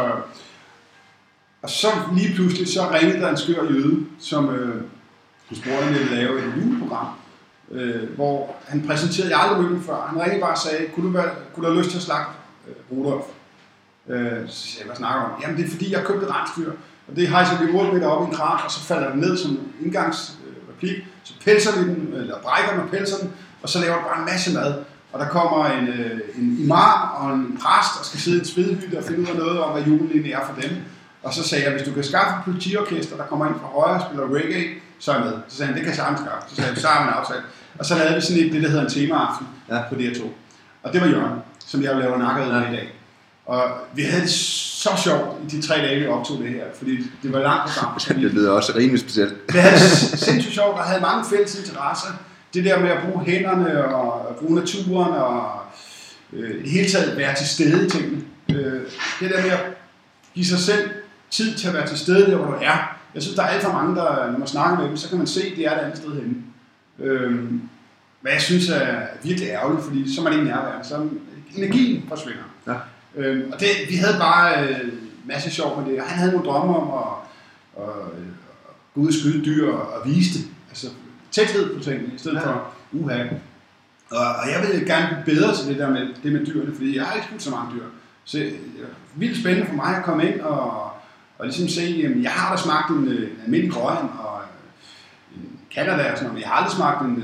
Og så lige pludselig, så ringede der en skør jøde, som øh, spurgte, om jeg ville lave et juleprogram, øh, hvor han præsenterede, jeg aldrig mødte før, han ringede bare og sagde, kunne du, være, kunne du have lyst til at slagte øh, Rudolf? Øh, så sagde jeg, hvad snakker om? Jamen det er fordi, jeg købte et rensdyr, og det hejser vi otte meter op i en kran, og så falder den ned som indgangsreplik, øh, så pelser vi den, eller brækker den og pelser den, og så laver du bare en masse mad. Og der kommer en, øh, en imam og en præst, og skal sidde i en svedhytte og finde ud af noget om, hvad julen egentlig er for dem. Og så sagde jeg, hvis du kan skaffe et politiorkester, der kommer ind fra højre og spiller reggae, så er jeg med. Så sagde han, det kan jeg sagtens skaffe. Så sagde jeg, så har vi en aftale. Og så lavede vi sådan et, det der hedder en temaaften ja. På D R to. Og det var Jørgen, som jeg laver nakket ja. I dag. Og vi havde det så sjovt i de tre dage, vi optog det her, fordi det var langt program. Det lyder også rimelig specielt. Vi havde sindssygt sjovt, og havde mange fælles interesser. Det der med at bruge hænderne og bruge naturen og øh, i det hele taget være til stede i tingene. Øh, det der med at give sig selv tid til at være til stede der, hvor du er. Jeg synes, der er alt for mange, der, når man snakker med dem, så kan man se, at det er et andet sted henne. Øhm, hvad jeg synes er virkelig ærgerligt, fordi så er man ikke nærværende, så energien forsvinder. Ja. Øhm, og det, vi havde bare øh, masse sjov med det, og han havde nogle drømme om at, at, at gå ud og skyde dyr og vise det. Altså tæthed på tingene, i stedet ja. for uha. Og, og jeg vil gerne blive bedre til det der med, det med dyrene, fordi jeg har ikke skudt så mange dyr. Så det er vildt spændende for mig at komme ind og, og ligesom se, jamen, jeg har da smagt en, en almindelig grøn og en Canada og sådan noget, men jeg har aldrig smagt en,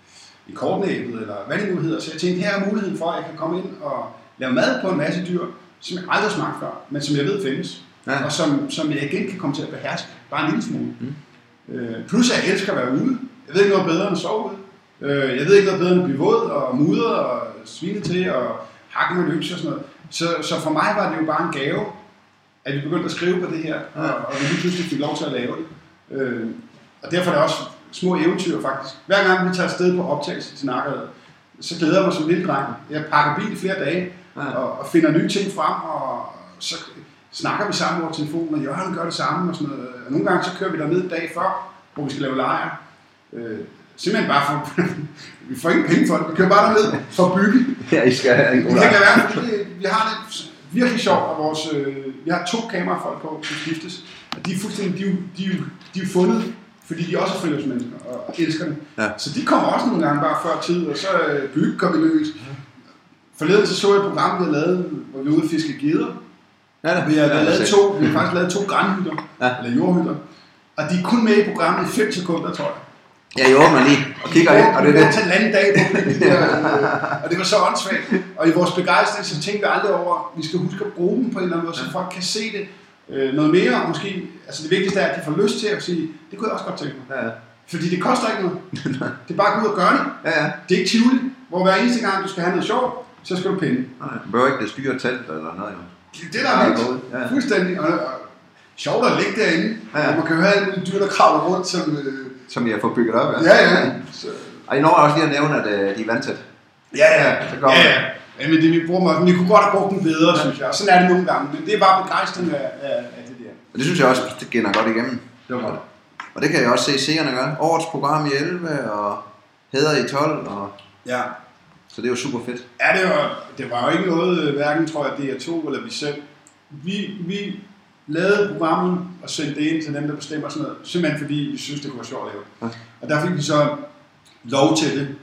en kortnæbet eller hvad det nu hedder. Så jeg tænkte, her er muligheden for, at jeg kan komme ind og lave mad på en masse dyr, som jeg aldrig har smagt før, men som jeg ved findes. Ja. Og som, som jeg igen kan komme til at beherske, bare en lille smule. Mm. Øh, plus at jeg elsker at være ude. Jeg ved ikke noget bedre end at sove ude. Øh, jeg ved ikke noget bedre end at blive våd og mudret og svine til og hakke med løs og sådan noget. Så, så for mig var det jo bare en gave, at vi begyndte at skrive på det her, og, og vi lige pludselig fik lov til at lave det. Øh, og derfor er det også små eventyr faktisk. Hver gang vi tager afsted på optagelse til Nakkerød, så glæder jeg mig som lille dreng. Jeg pakker bil i flere dage og, og finder nye ting frem, og så snakker vi sammen over telefonen, og Jørgen gør det samme og sådan noget. Og nogle gange så kører vi derned dag før, hvor vi skal lave lejre. Øh, simpelthen bare for, vi får ingen penge for det, vi kører bare derned for at bygge. Ja, I skal have en god lejre. Det kan være, fordi vi har det virkelig sjovt, og vores, øh, vi har to kamerafolk på, som skiftes, og de er fuldstændig, de er, de er, de er fundet, fordi de også er friluftsmennesker og elsker det. Ja. Så de kommer også nogle gange bare før tid, og så øh, bygge går vi løs. Forleden så så jeg et program, vi har lavet, hvor vi er ude og fiske geder. Ja, vi har ja, lavet to, vi har faktisk lavet to granhytter, ja. eller jordhytter, og de er kun med i programmet i fem sekunder, tror jeg. Ja, jeg åbner lige og kigger ind, og det er det. Til en anden dag på det der, og det var så åndssvagt. Og i vores begejstring, så tænkte vi aldrig over, at vi skal huske at bruge dem på en eller anden måde, så folk kan se det øh, noget mere, og måske, altså det vigtigste er, at de får lyst til at sige, det kunne jeg også godt tænke mig. Ja, ja. Fordi det koster ikke noget. Det er bare at gå ud og gøre det. Ja, ja. Det er ikke Tivoli, hvor hver eneste gang, du skal have noget sjovt, så skal du penge. Nej, du behøver ikke det styre telt eller noget. Jo. Det, det der er vildt. Ja, ja. Fuldstændig. Og, og sjovt at ligge derinde, ja, ja. Og man kan jo have alle dyr, der kravler rundt, som... Øh, som jeg får bygget op, ja. Ja, ja. Så. Og I når også lige at nævne, at uh, de er vandtæt. Ja, ja. Så går ja, ja. Ja, men det vi bruger mig, men vi kunne godt have brugt den bedre, ja. Synes jeg. Og sådan er det nogle gange, men det er bare begejstring af, af, af det der. Og det synes jeg også, det gælder godt igennem. Det var godt. Og det kan jeg også se seerne gøre. Årets program i elleve, og Hæder i tolv, og... Ja. Så det er jo super fedt. Ja, det var, det var jo ikke noget, hverken tror jeg, D R to eller vi selv. Vi, vi lavede programmet og sendte det ind til dem, der bestemmer sådan noget, simpelthen fordi vi synes, det kunne være sjovt at lave. Ja. Og der fik vi så lov til det.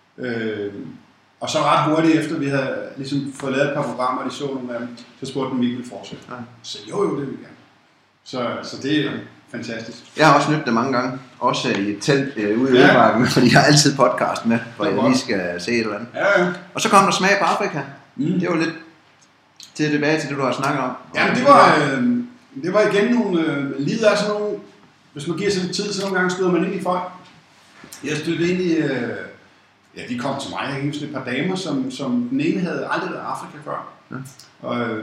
Øh, og så ret hurtigt efter, vi havde ligesom fået lavet et par programmer, og de så nogle af dem, så spurgte de, om vi ikke ville fortsætte. Ja. Så jo, jo, det vil vi gerne. Så, så det er fantastisk. Jeg har også nydt det mange gange, også i et telt øh, ude i ja. Ødemarken, fordi jeg har altid podcast med, hvor jeg lige skal se et eller andet. Ja, ja. Og så kom der Smag på Afrika. Mm. Det var lidt til tilbage til det, du har snakket om. Ja, men det var, øh, det var igen nogle, øh, lider af sådan nogle, hvis man giver sig lidt tid, så nogle gange støder man ind i folk. Jeg stødte ind i, øh, ja, de kom til mig, jeg kan huske et par damer, som, som den ene havde aldrig været i Afrika før. Ja. Og, øh,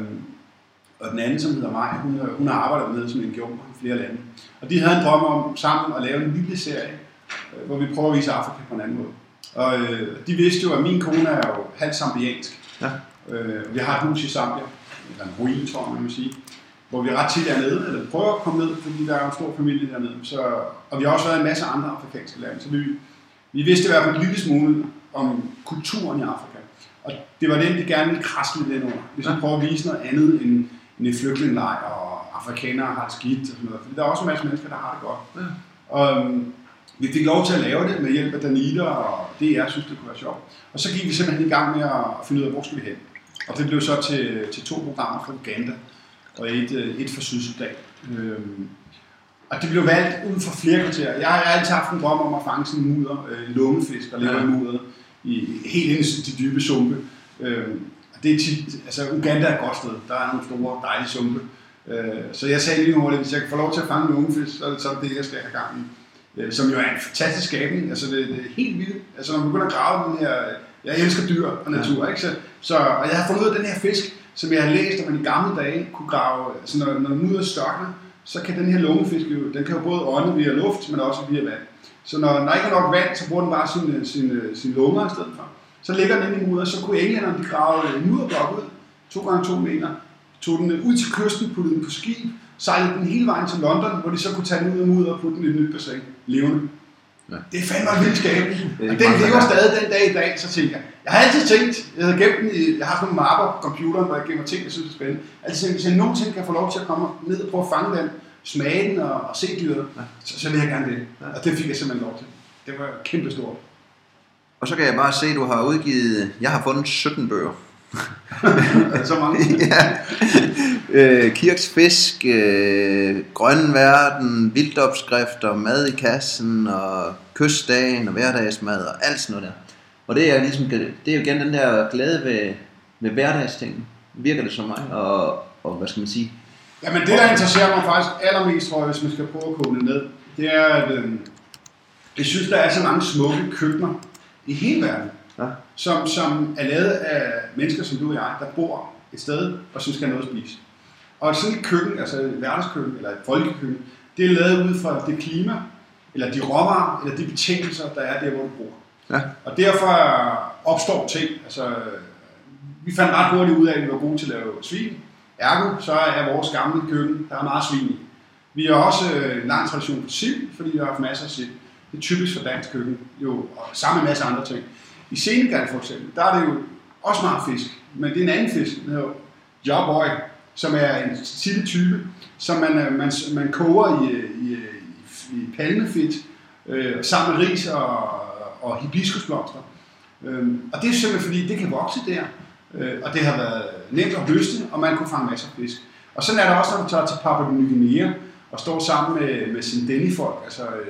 og den anden, som hedder Maja, hun, hun har arbejdet med som N G O i flere lande. Og de havde en drøm om sammen at lave en lille serie, øh, hvor vi prøver at vise Afrika på en anden måde. Og øh, de vidste jo, at min kone er jo halvt zambiansk. Ja. Øh, vi har et hus i Zambia, eller en ruin, tror man, man sige, hvor vi ret tit er nede, eller prøver at komme ned, fordi der er en stor familie dernede. Så, og vi har også været i en masse andre afrikanske lande, så vi, vi vidste i hvert fald en lille smule om kulturen i Afrika. Og det var det, de gerne ville kraske lidt ind under. Hvis vi prøver at vise noget andet end, end en flygtningelejr, og afrikanere har det skidt og sådan noget. Fordi der er også en masse mennesker, der har det godt. Ja. Og um, vi fik lov til at lave det med hjælp af Danita, og D R synes, det kunne være sjovt. Og så gik vi simpelthen i gang med at finde ud af, hvor skal vi hen. Og det blev så til, til to programmer fra Uganda, og et, et fra Sydsudan. Øhm, og det blev valgt ud fra flere kriterier. Jeg har altid haft en drøm om at fange sådan en mudder, en lungefisk, der lever i mudderet, i, helt inde i de dybe sumpe. Øhm, det er tit, altså Uganda er et godt sted, der er nogle store, dejlige sumpe. Øh, så jeg sagde lige hurtigt, hvis jeg kan få lov til at fange en lungefisk, så er det sådan det, jeg skal have gang i. Øh, som jo er en fantastisk skabning, altså det, det er helt vildt. Altså når man begynder at grave den her, jeg elsker dyr og natur, ikke? Så, så, og jeg har fundet ud af den her fisk, som jeg har læst, at man i gamle dage kunne grave, altså når, når mudder størkner, så kan den her lungefisk jo, den kan jo både ånde via luft, men også via vand. Så når der ikke er nok vand, så bruger den bare sine sin, sin lunger i stedet for. Så ligger den inde i mudder, så kunne englænderne de grave en mudderblok ud, to gange to meter, tog den ud til kysten, puttede den på skib, sejlede den hele vejen til London, hvor de så kunne tage den ud af mudder og putte den i et nyt bassin, levende. Ja. Det er fandme en vild skab. Og den lever stadig den dag i dag, så tænker jeg. Jeg har altid tænkt, jeg havde gemt den i, jeg har sådan nogle mapper på computeren, hvor jeg gemmer ting, jeg synes er spændende. Altså hvis jeg nogensinde kan få lov til at komme ned og prøve at fange den, smage den og, og se dyret, ja. så, så vil jeg gerne det. Ja. Og det fik jeg simpelthen lov til. Det var kæmpe stort. Og så kan jeg bare se, at du har udgivet, jeg har fundet sytten bøger. Så mange. Ja. Øh, Kirks fisk, øh, grøn verden, vildtopskrifter, mad i kassen og kystdagen og hverdagsmad og alt sådan noget der. Og det er ligesom, det er jo igen den der glæde ved, ved hverdagsting, virker det som mig, og, og hvad skal man sige? Jamen det der interesserer mig faktisk allermest, tror jeg, hvis man skal prøve at koge det ned, det er, at øh, jeg synes, der er så mange smukke køkkener i hele verden. Ja. Som, som er lavet af mennesker som du og jeg, der bor et sted, og som skal have noget at spise. Og sådan et køkken, altså et hverdagskøkken, eller et folkekøkken, det er lavet ud fra det klima, eller de råvarer, eller de betingelser, der er der, hvor du bor. Ja. Og derfor opstår ting. Altså, vi fandt ret hurtigt ud af, at vi var gode til at lave svin. Ergo, så er vores gamle køkken, der er meget svin i. Vi har også en lang tradition på sild, fordi vi har haft masser af sild. Det er typisk for dansk køkken, jo, og sammen med en masse andre ting. I Senegal for eksempel, der er det jo også meget fisk, men det er en anden fisk, den hedder jarboy, som er en sildetype, som man, man, man koger i, i, i palmefedt, øh, sammen med ris og, og hibiskusblomster. Øhm, og det er simpelthen fordi, det kan vokse der, øh, og det har været nemt at høste, og man kunne fange masser af fisk. Og sådan er der også, når du tager til Papua Ny Guinea og står sammen med, med Sindeni-folk, altså øh,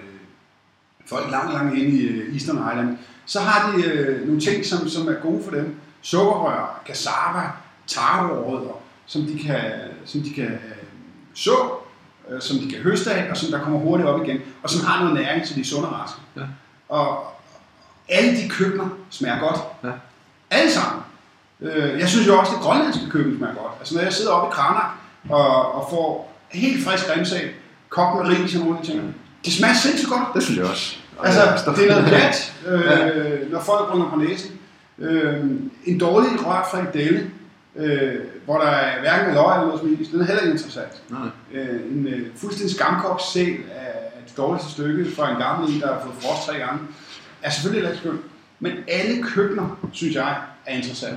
folk langt, langt inde i uh, Eastern Island, så har de øh, nogle ting, som, som er gode for dem. Sukkerrør, cassava, tarorødder, som de kan, som de kan øh, så, øh, som de kan høste af, og som der kommer hurtigt op igen, og som har noget næring, så de er sunde og raske. Ja. Og alle de køkkener smager godt. Ja. Alle sammen. Øh, jeg synes jo også, at det grønlandske køkken smager godt. Altså når jeg sidder oppe i Kranak og, og får helt frisk remsag, kogt med ris og nogle af de ting, det smager sindssygt godt. Det synes jeg også. Altså, det er noget plat, øh, ja. Når folk runger på næsen. Øh, en dårlig rørt frikadelle, øh, hvor der er hverken er løg eller noget smidigt, den er heller ikke interessant. Øh, en øh, fuldstændig skamkogt sæl af et dårligt stykke fra en gammel en, der har fået frost tre gange, er selvfølgelig lidt skønt. Men alle køkkener, synes jeg, er interessante.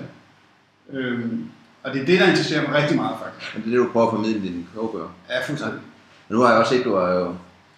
Øh, og det er det, der interesserer mig rigtig meget, faktisk. Og det er det, du prøver at formidle i dine kogebøger? Ja, fuldstændig. Ja. Nu har jeg også set, du har jo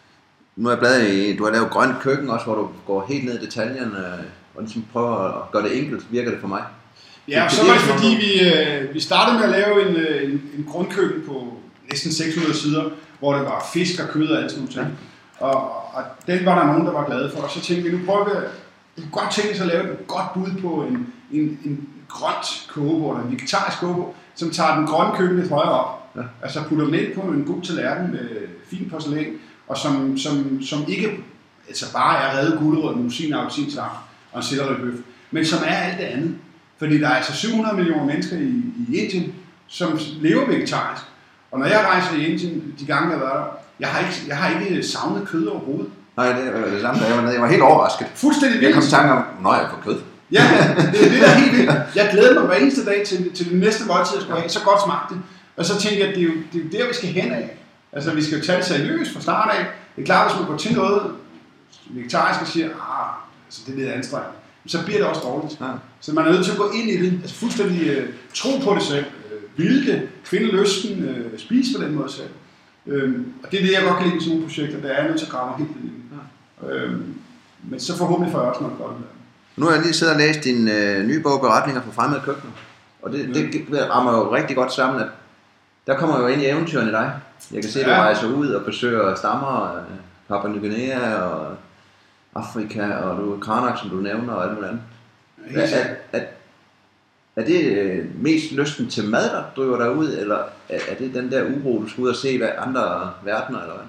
Nu har jeg bladet i, du har lavet grønt køkken også, hvor du går helt ned i detaljerne og ligesom prøver at gøre det enkelt, virker det for mig. Ja, og så var det fordi, vi, øh, vi startede med at lave en, en, en grundkøkken på næsten seks hundrede sider, hvor det var fisk og kød og alt sådan noget. Ja. Og, og den var der nogen, der var glade for. Og så tænkte vi, nu prøver vi at godt tænke sig at lave et godt bud på en, en, en grønt kogebord, en vegetarisk kogebord, som tager den grønne køkken lidt højere op. Ja. Altså putter den ind på en god tallerken med fin porcelæn, og som, som, som ikke altså bare er reddet gulerød, en rosin, appelsinsaft og en selleribøf, men som er alt det andet. Fordi der er altså syv hundrede millioner mennesker i, i Indien, som lever vegetarisk. Og når jeg rejser i Indien, de gange jeg har været der, jeg har ikke, jeg har ikke savnet kød overhovedet. Nej, det var det samme, da jeg var nede. Jeg var helt overrasket. Fuldstændig vildt. Jeg kom til tanke om, når jeg får kød. Ja, det er det, der er helt vildt. Jeg glæder mig hver eneste dag til, til det næste måltid, jeg skulle have. Så godt smagte det. Og så tænker jeg, at det er jo det er der, vi skal hen af. Altså, vi skal jo tage det seriøst fra start af. Det er klart, hvis man går til noget vegetarisk og siger, ah, altså, det er lidt anstrengende, så bliver det også dårligt. Ja. Så man er nødt til at gå ind i det, altså fuldstændig uh, tro på det selv, uh, ville det, finde lysten, uh, spise på den måde selv. Um, og det er det, jeg godt kan lide i sådan nogle projekter, der er nødt til at grave helt ind i det. Um, men så forhåbentlig får jeg også noget godt med det. Nu har jeg lige siddet og læst din øh, nye bog, Beretninger fra fremmede køkkener. Og det, det, det rammer jo rigtig godt sammen, at der kommer jo ind i eventyrene i dig. Jeg kan se, at du ja. rejser ud og besøger stammer, øh, Papua Ny Guinea og Afrika, og du er Kranak, som du nævner, og alt muligt andet. Ja, er, er, er det øh, mest lysten til mad, der driver dig ud, eller er, er det den der uro, du skal ud og se hvad andre verdener, eller hvad?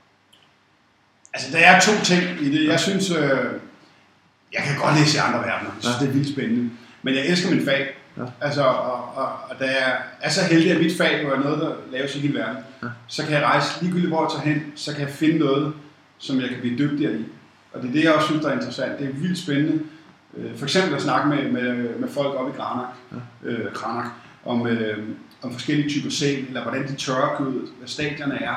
Altså, der er to ting i det. Jeg synes... Øh Jeg kan godt læse i andre verdener, jeg synes, ja. det er vildt spændende. Men jeg elsker mit fag. Ja. Altså, og, og, og da jeg er så heldig, at mit fag er noget, der laves i hele verden, ja. så kan jeg rejse ligegyldigt, hvor jeg tager hen, så kan jeg finde noget, som jeg kan blive dygtigere i. Og det er det, jeg også synes, der er interessant. Det er vildt spændende. For eksempel at snakke med, med, med folk oppe i Kranak, ja. øh, Kranak om, øh, om forskellige typer sæl, eller hvordan de tørrer kødet, hvad stadierne er.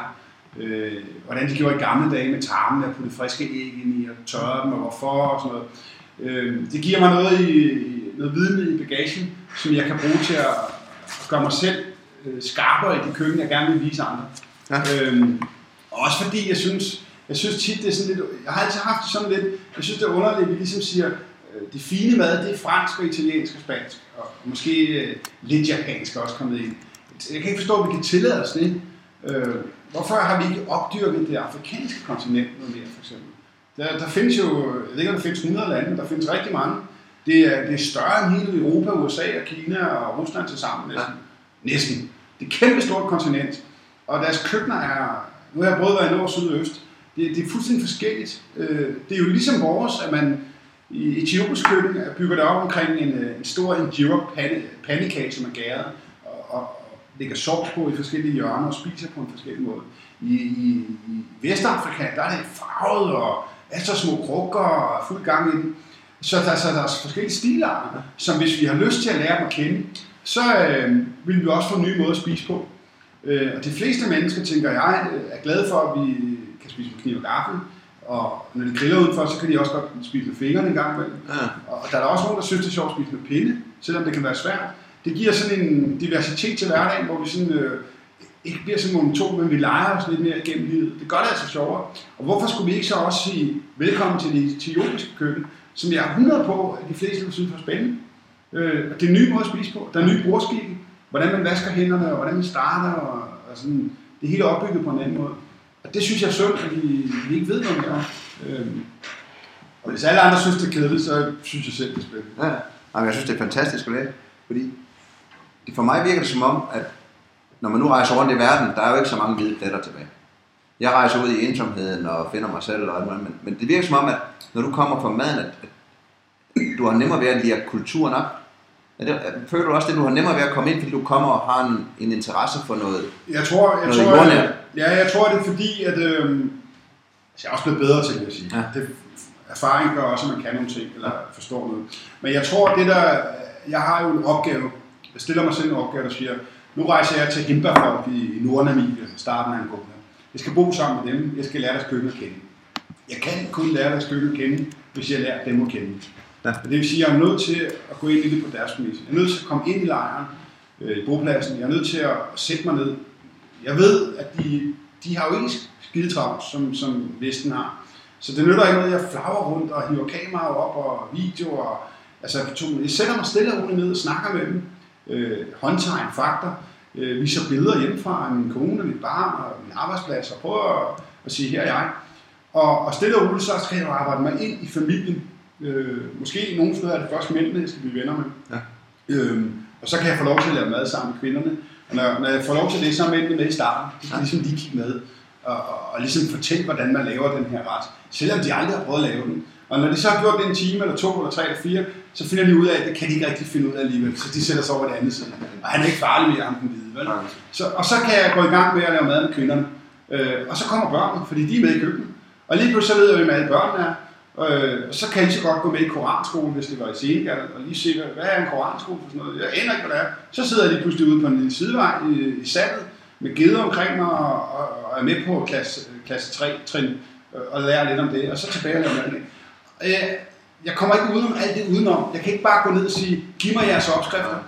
øh, hvordan de gjorde i gamle dage med tarmen, at putte friske æg ind i og tørre dem, og hvorfor og sådan noget. Øh, det giver mig noget, i, noget viden i bagagen, som jeg kan bruge til at gøre mig selv øh, skarpere i det køkken, jeg gerne vil vise andre. Ja. Øh, og også fordi jeg synes, jeg synes tit, det er sådan lidt, jeg har altid haft det sådan lidt, jeg synes det er underligt, at vi ligesom siger, det fine mad, det er fransk og italiensk og spansk, og måske øh, lidt japansk også kommet ind. Jeg kan ikke forstå, at vi kan tillade os det. Øh, hvorfor har vi ikke opdyrket det afrikanske kontinent noget mere, for eksempel? Der, der findes jo, jeg ved ikke, om der findes hundrede lande, men der findes rigtig mange. Det er, det er større end hele Europa, U S A og Kina og Rusland til sammen næsten. Ja. Næsten. Det er et kæmpe stort kontinent, og deres køkkener er, nu har jeg både været i nord, syd og øst, det, det er fuldstændig forskelligt. Øh, det er jo ligesom vores, at man i etiopisk køkken bygger det op omkring en, en stor injera pandekage, som er gæret, og, og, og lægger sovs på i forskellige hjørner og spiser på en forskellig måde. I, i, i Vestafrika, der er det farvet og ekstra små krukker og fuld gang i den. Så der, så der er forskellige stilarter, som hvis vi har lyst til at lære dem at kende, så øh, vil vi også få nye måder at spise på. Øh, og de fleste mennesker, tænker jeg, er glade for, at vi kan spise med kniv og gaffel. Og når de griller udenfor, så kan de også godt spise med fingrene en gang imellem. Ja. Og der er også nogen, der synes, det er sjovt at spise med pinde, selvom det kan være svært. Det giver sådan en diversitet til hverdagen, hvor vi sådan, øh, ikke bliver sådan monoton, men vi leger os lidt mere igennem livet. Det gør det altså sjovere. Og hvorfor skulle vi ikke så også sige velkommen til det etiopiske køkken, som jeg er hundrede på, at de fleste vil synes for spændende. Øh, det er en ny måde at spise på. Der er nye bordskikke, hvordan man vasker hænderne, og hvordan man starter, og, og sådan, det hele er opbygget på en anden måde. Og det synes jeg er synd, at vi, vi ikke ved noget mere om. Øhm, og hvis alle andre synes, det er kedeligt, så synes jeg selv, det er spændende. Ja, ja. Jeg synes, det er fantastisk at lære. Fordi det for mig virker det som om, at når man nu rejser rundt i verden, der er jo ikke så mange hvide pletter tilbage. Jeg rejser ud i ensomheden og finder mig selv og alt muligt, men, men det virker som om, at når du kommer fra maden, at, at du har nemmere ved at lære kulturen op. Det, føler du også det, du har nemmere ved at komme ind, fordi du kommer og har en, en interesse for noget? Jeg tror, jeg, tror, jeg, ja, jeg tror, det er fordi, at øh, jeg er også blevet bedre til det at sige. Ja. Det, erfaring gør også, at man kan nogle ting, eller forstår noget. Men jeg tror, det der, jeg har jo en opgave, jeg stiller mig selv en opgave, der siger, nu rejser jeg til Himba-folk i, i Nordnamibia, starten af Angola. Jeg skal bo sammen med dem, jeg skal lære deres køkken at kende. Jeg kan kun lære deres køkken at kende, hvis jeg lærer dem at kende. Ja. Det vil sige, at jeg er nødt til at gå ind i det på deres præmisser. Jeg er nødt til at komme ind i lejren, øh, i bopladsen. Jeg er nødt til at sætte mig ned. Jeg ved, at de, de har jo ikke skidetravlt, som, som Vesten har. Så det nytter ikke noget, at jeg flagrer rundt og hiver kameraer op og videoer. Altså, jeg sætter mig stille og roligt ned og snakker med dem. Øh, håndtegn, fakter. Øh, viser billeder hjemmefra af min kone og mit barn og min arbejdsplads. Og prøver at, at sige, her er jeg. Og, og stille og roligt, så skal jeg arbejde mig ind i familien. Øh, måske nogle steder er det først mændene, jeg skal blive venner med. Ja. Øhm, og så kan jeg få lov til at lave mad sammen med kvinderne. Og når, når jeg får lov til det, så er mændene med i starten. De skal ja. ligesom lige kigge med og, og, og ligesom fortælle, hvordan man laver den her ret. Selvom de aldrig har prøvet at lave den. Og når de så har gjort det en time, eller to, eller tre, eller fire, så finder de ud af, at det kan de ikke rigtig finde ud af alligevel. Så de sætter sig over det andet side. Og han er ikke farlig mere, ham den hvide. Vel? Så, og så kan jeg gå i gang med at lave mad med kvinderne. Øh, og så kommer børnene, fordi de er med i køkkenet. Og lige pludselig så ved jeg, hvem alle børnene er. Øh, så kan I så godt gå med i koranskole, hvis det var i Senegal, og lige se, hvad er en koranskole for sådan noget. Jeg aner ikke, hvad det er. Så sidder jeg lige pludselig ude på en lille sidevej i, i sandet, med geder omkring mig, og, og, og er med på klasse, klasse tre trin, øh, og lærer lidt om det, og så tilbage og laver det. Øh, jeg kommer ikke udenom alt det udenom. Jeg kan ikke bare gå ned og sige, giv mig jeres opskrifter.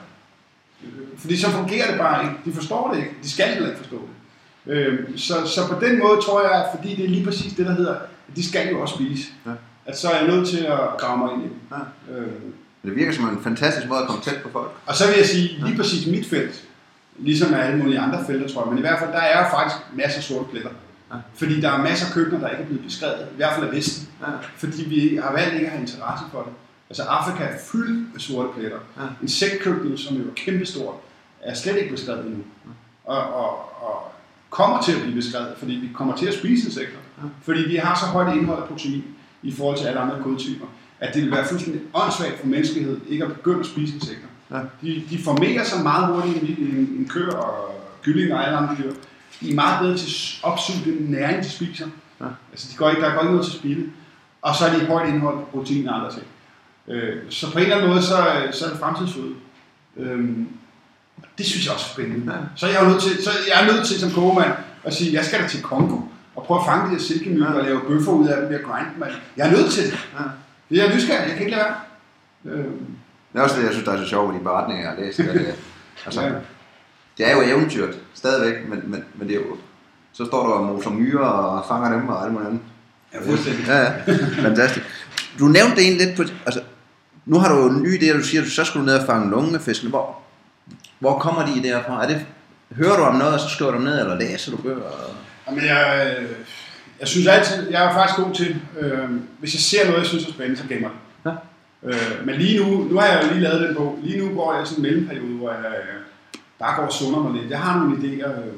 Fordi så fungerer det bare ikke. De forstår det ikke. De skal heller ikke forstå det. Øh, så, så på den måde tror jeg, fordi det er lige præcis det, der hedder, at de skal jo også spise. Ja. At så er jeg nødt til at grave mig ind i det. Ja. Øh. Det virker som en fantastisk måde at komme tæt på folk. Og så vil jeg sige, lige præcis mit felt, ligesom med alle mulige andre felter, tror jeg, men i hvert fald, der er jo faktisk masser af sorte pletter. Ja. Fordi der er masser af køkkener, der ikke er blevet beskrevet, i hvert fald af Vesten. Ja. Fordi vi har valgt ikke at have interesse for det. Altså Afrika er fyldt med sorte pletter. Ja. Insektkøkkenet, som jo er kæmpestort, er slet ikke beskrevet endnu. Ja. Og, og, og kommer til at blive beskrevet, fordi vi kommer til at spise insekter. Ja. Fordi vi har så højt indhold af protein i forhold til alle andre kødtyper, at det vil være fuldstændig åndssvagt for menneskehed ikke at begynde at spise insekter. Ja. De, de formerer sig meget hurtigt i en, en køer og kylling og alle andre dyr. De er meget bedre til at opsuge den næring, de spiser. Ja. Altså, de går ikke, der går ikke noget til spilde. Og så er de højt indhold af protein og andre ting. Øh, så på en eller anden måde, så, så er det fremtidsføde. Øh, det synes jeg også er spændende. Ja. Så, jeg er nødt til, så jeg er nødt til som kogemand og sige, jeg skal da til Congo og prøve at fange de her silkemyrer og lave bøffer ud af dem ved at grinde dem. Jeg er nødt til det. Ja. Jeg er nysgerrig, jeg kan ikke lade være. Øh. Det er også det, jeg synes, der er så sjovt i de beretninger, jeg har læst. Det, altså, ja. Det er jo eventyrt, stadigvæk, men, men, men det er jo... Så står der og moser myrer og fanger dem og alt muligt andet. Ja, fuldstændig. Ja, ja. Fantastisk. Du nævnte det egentlig lidt på... Altså, nu har du jo en ny idé, du siger, at du så skal du ned og fange lungefisk. Hvor, hvor kommer de derfra? Er det, hører du om noget, og så skriver du ned, eller læser du bøger? Jamen, jeg, jeg synes altid, jeg er faktisk god til, øh, hvis jeg ser noget, jeg synes er spændende, så gemmer det. Ja. Øh, men lige nu, nu har jeg jo lige lavet den bog. Lige nu går jeg i sådan en mellemperiode, hvor jeg øh, bare går og sunder mig lidt. Jeg har nogle idéer. Øh,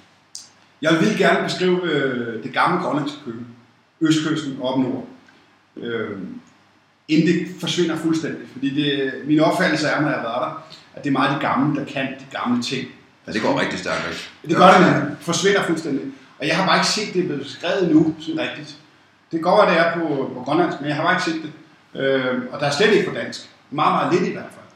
jeg vil gerne beskrive øh, det gamle grønlandske køkken. Østkysten op nord. Øh, inden det forsvinder fuldstændig. Fordi det, min opfattelse er, når jeg har været der, at det er meget de gamle, der kan de gamle ting. Ja, det går rigtig stærkt, ikke? Det gør det, men forsvinder fuldstændig. Og jeg har bare ikke set det beskrevet nu, sådan rigtigt. Det går, at det er på, på grønlandsk, men jeg har bare ikke set det. Øh, og der er slet ikke på dansk. Meget, meget lidt i hvert fald.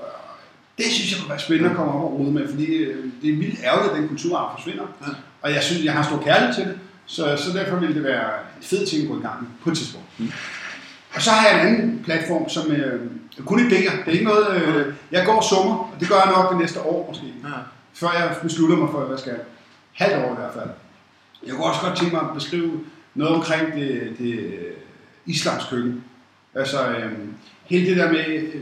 Det synes jeg kunne være spændende at komme op og rode med, fordi det er vildt ærgerligt, at den kulturarv forsvinder. Ja. Og jeg synes, jeg har stor kærlighed til det, så, så derfor vil det være en fed ting at gå i gang med på et tidspunkt. Mm. Og så har jeg en anden platform, som øh, kun idéer. Det er ikke noget, øh, jeg går sommer, og det gør jeg nok det næste år måske. Ja. Før jeg beslutter mig for, hvad jeg skal. Halvt år i hvert fald. Jeg kunne også godt tænke mig at beskrive noget omkring det, det islamske køkken. Altså øh, hele det der med, øh,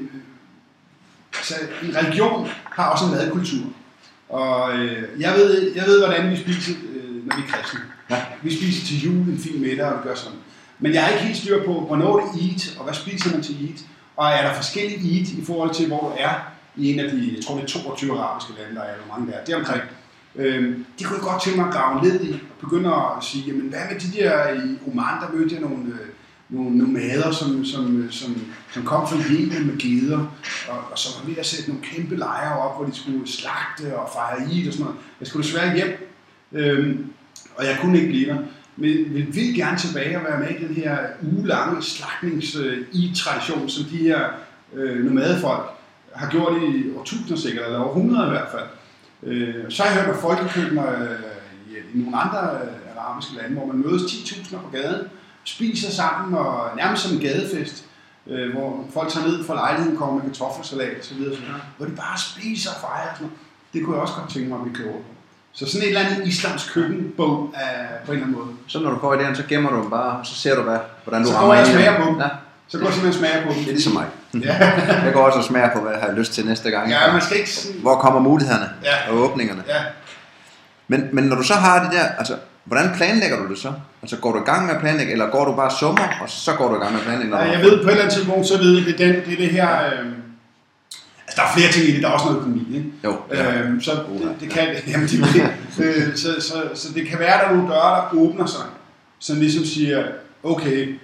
altså en religion har også en madkultur. Og øh, jeg, ved, jeg ved, hvordan vi spiser, øh, når vi er kristne. Ja. Vi spiser til jul en fin middag, og vi gør sådan. Men jeg har ikke helt styr på, hvornår det er Eid, og hvad spiser man til Eid. Og er der forskellige Eid i forhold til, hvor du er i en af de, jeg tror det er toogtyve arabiske lande, der er der mange der, det omkring. Øhm, det kunne jeg godt tænke mig at grave ned i, og begynde at sige, jamen hvad med de der i Oman, der mødte jeg nogle, øh, nogle nomader, som, som, som, som kom fra Yemen med geder, og, og som var ved at sætte nogle kæmpe lejre op, hvor de skulle slagte og fejre Eid og sådan noget. Jeg skulle desværre hjem, øhm, og jeg kunne ikke blive der. Men vil vildt gerne tilbage og være med i den her ugelange slagtnings-i-tradition, som de her øh, nomadefolk har gjort i årtusinder sikkert, eller århundreder i hvert fald. Øh, så har jeg hørt om folkekøkkener øh, i, i nogle andre øh, arabiske lande, hvor man mødes ti tusinder på gaden, spiser sammen og nærmest som en gadefest, øh, hvor folk tager ned fra lejligheden, kommer med kartoffelsalat osv., hvor de bare spiser og fejrer. Sådan. Det kunne jeg også godt tænke mig at blive klogere på. Så sådan et eller andet islamsk køkkenbog er på en eller anden måde. Så når du får idéen, så gemmer du dem bare, og så ser du, hvad, hvordan du så rammer ind. Så går jeg og smager på dem. Ja. Så går jeg simpelthen smager på dem. Det er ligesom mig. Ja. Jeg går også og smager på, hvad jeg har lyst til næste gang. Ja, man skal ikke sådan... Hvor kommer mulighederne ja. og åbningerne. Ja. Men, men når du så har de der, altså, hvordan planlægger du det så? Altså går du i gang med at planlægge, eller går du bare summer, og så går du i gang med at planlægge? Ja, jeg ved på et eller andet tidspunkt, så ved jeg, det er, den, det, er det her... Øh... Altså, der er flere ting i det, der er også noget økonomi, ikke? Jo. Ja. Øhm, så det, det kan, jamen, det, øh, så, så, så det kan være, at der er nogle døre, der åbner sig, som ligesom siger, okay,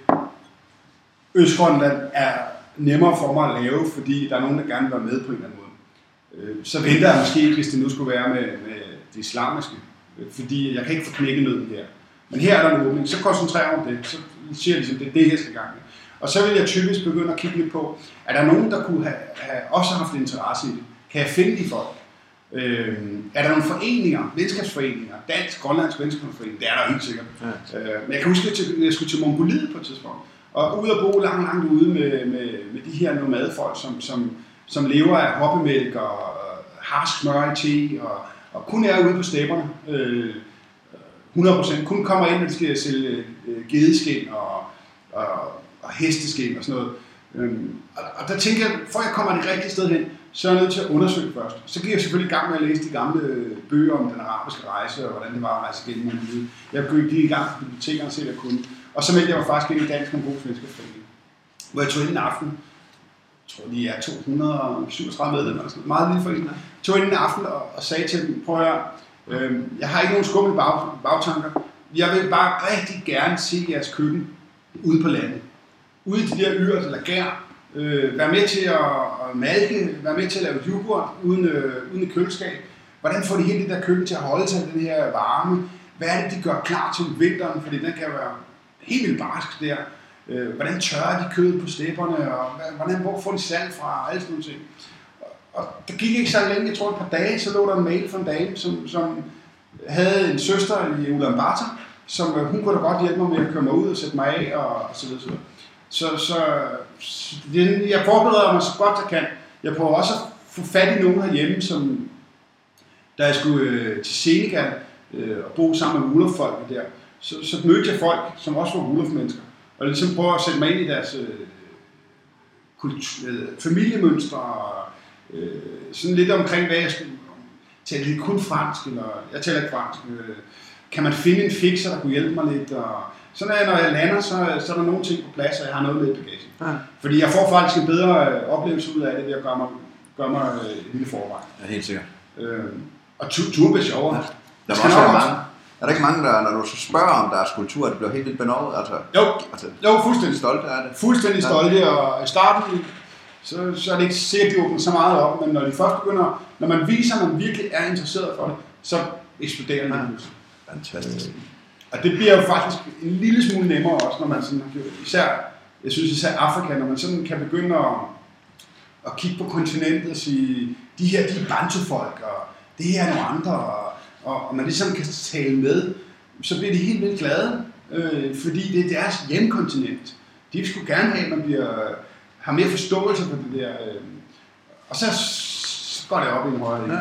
Østgrønland er nemmere for mig at lave, fordi der er nogen, der gerne vil være med på en eller anden måde. Øh, så venter jeg måske ikke, hvis det nu skulle være med, med det islamiske, fordi jeg kan ikke få knækket nøden her. Men her er der en åbning, så koncentrerer jeg om det, så siger jeg ligesom, det er det, jeg skal i gang med. Og så vil jeg typisk begynde at kigge lidt på, er der nogen, der kunne have, have også haft interesse i det? Kan jeg finde de folk? Øh, er der nogle foreninger, venskabsforeninger, dansk, grønlandsk venskabsforening? Det er der helt sikkert. Ja. Øh, men jeg kan huske, at jeg skulle til Mongoliet på et tidspunkt, og ud og bo langt, langt ude med, med, med de her nomadefolk, som, som, som lever af hoppemælk og harsk smør i te, og, og kun er ude på stepperne. Øh, hundrede procent. Kun kommer ind, når de skal sælge øh, gedeskin og, og og hesteskin og sådan noget. Øhm, og, og der tænker jeg, for jeg kommer det rigtige sted hen, så er jeg nødt til at undersøge først. Så gik jeg selvfølgelig i gang med at læse de gamle bøger om den arabiske rejse, og hvordan det var at rejse gennem Mongoliet. Jeg begyndte lige i gang på bibliotekerne og se, jeg kunne. Og så meldte jeg mig faktisk ind i Dansk Mongolsk Venskabsforening, hvor jeg tog ind en aften. Jeg tror, de er to hundrede og syvogtredive medlemmer, eller sådan noget. Meget lille forening. Jeg tog ind en aften og, og sagde til dem, prøv at høre, øhm, jeg har ikke nogen skumle bag, bagtanker. Jeg vil bare rigtig gerne se jeres køkken ude på landet. Ude i de der yrt eller gær, øh, være med til at, at malke, være med til at lave yoghurt uden, øh, uden et køleskab. Hvordan får de hele det der køkken til at holde sig i den her varme? Hvad er det, de gør klar til vinteren? Fordi den kan være helt vildt barsk der. Øh, hvordan tørrer de kød på stepperne? Og hvordan, hvor får de salt fra? Alle sådan nogle ting. Og, og der gik ikke så længe, jeg tror et par dage, så lå der en mail fra en dame, som, som havde en søster i Ulaanbaatar, som hun kunne da godt hjælpe mig med at køre mig ud og sætte mig af og, og så videre. Så, så, så det, jeg forbereder mig så godt jeg kan. Jeg prøver også at få fat i nogen herhjemme, som da jeg skulle øh, til Senegal øh, og bo sammen med Wolof-folket der, så, så mødte jeg folk, som også var Wolof-mennesker, og ligesom prøver at sætte mig ind i deres øh, kultur, øh, familiemønstre, og øh, sådan lidt omkring, hvad jeg skulle tale lidt kun fransk, eller jeg taler ikke fransk. Øh, kan man finde en fikser, der kunne hjælpe mig lidt? Og sådan er, når jeg lander, så, så er der nogle ting på plads, og jeg har noget med i bagagen. Ja. Fordi jeg får faktisk en bedre øh, oplevelse ud af det, ved at gøre mig, gøre mig øh, et lille forvejen. Ja, helt sikkert. Øh, og turen bliver sjovere. Ja. Der er også mange. Er der ikke mange, der, når du så spørger om deres kultur, det bliver helt vildt benovet? Altså, jo, altså, jo, fuldstændig stolte er det. Fuldstændig stolte, og i starten, så, så er det ikke sikkert, at de åbner så meget op, men når de først begynder, når man viser, at man virkelig er interesseret for det, så eksploderer det. Ja. Fantastisk. Og det bliver jo faktisk en lille smule nemmere også, når man sådan, især, jeg synes især Afrika, når man sådan kan begynde at, at kigge på kontinentet og sige, de her, de er bantu-folk, og det her er nogle andre, og, og, og man ligesom kan tale med, så bliver de helt vildt glade, øh, fordi det er deres hjemkontinent. De vil sgu gerne have, at man bliver, har mere forståelse for det der, øh, og så, så går det op i en højere. Ja.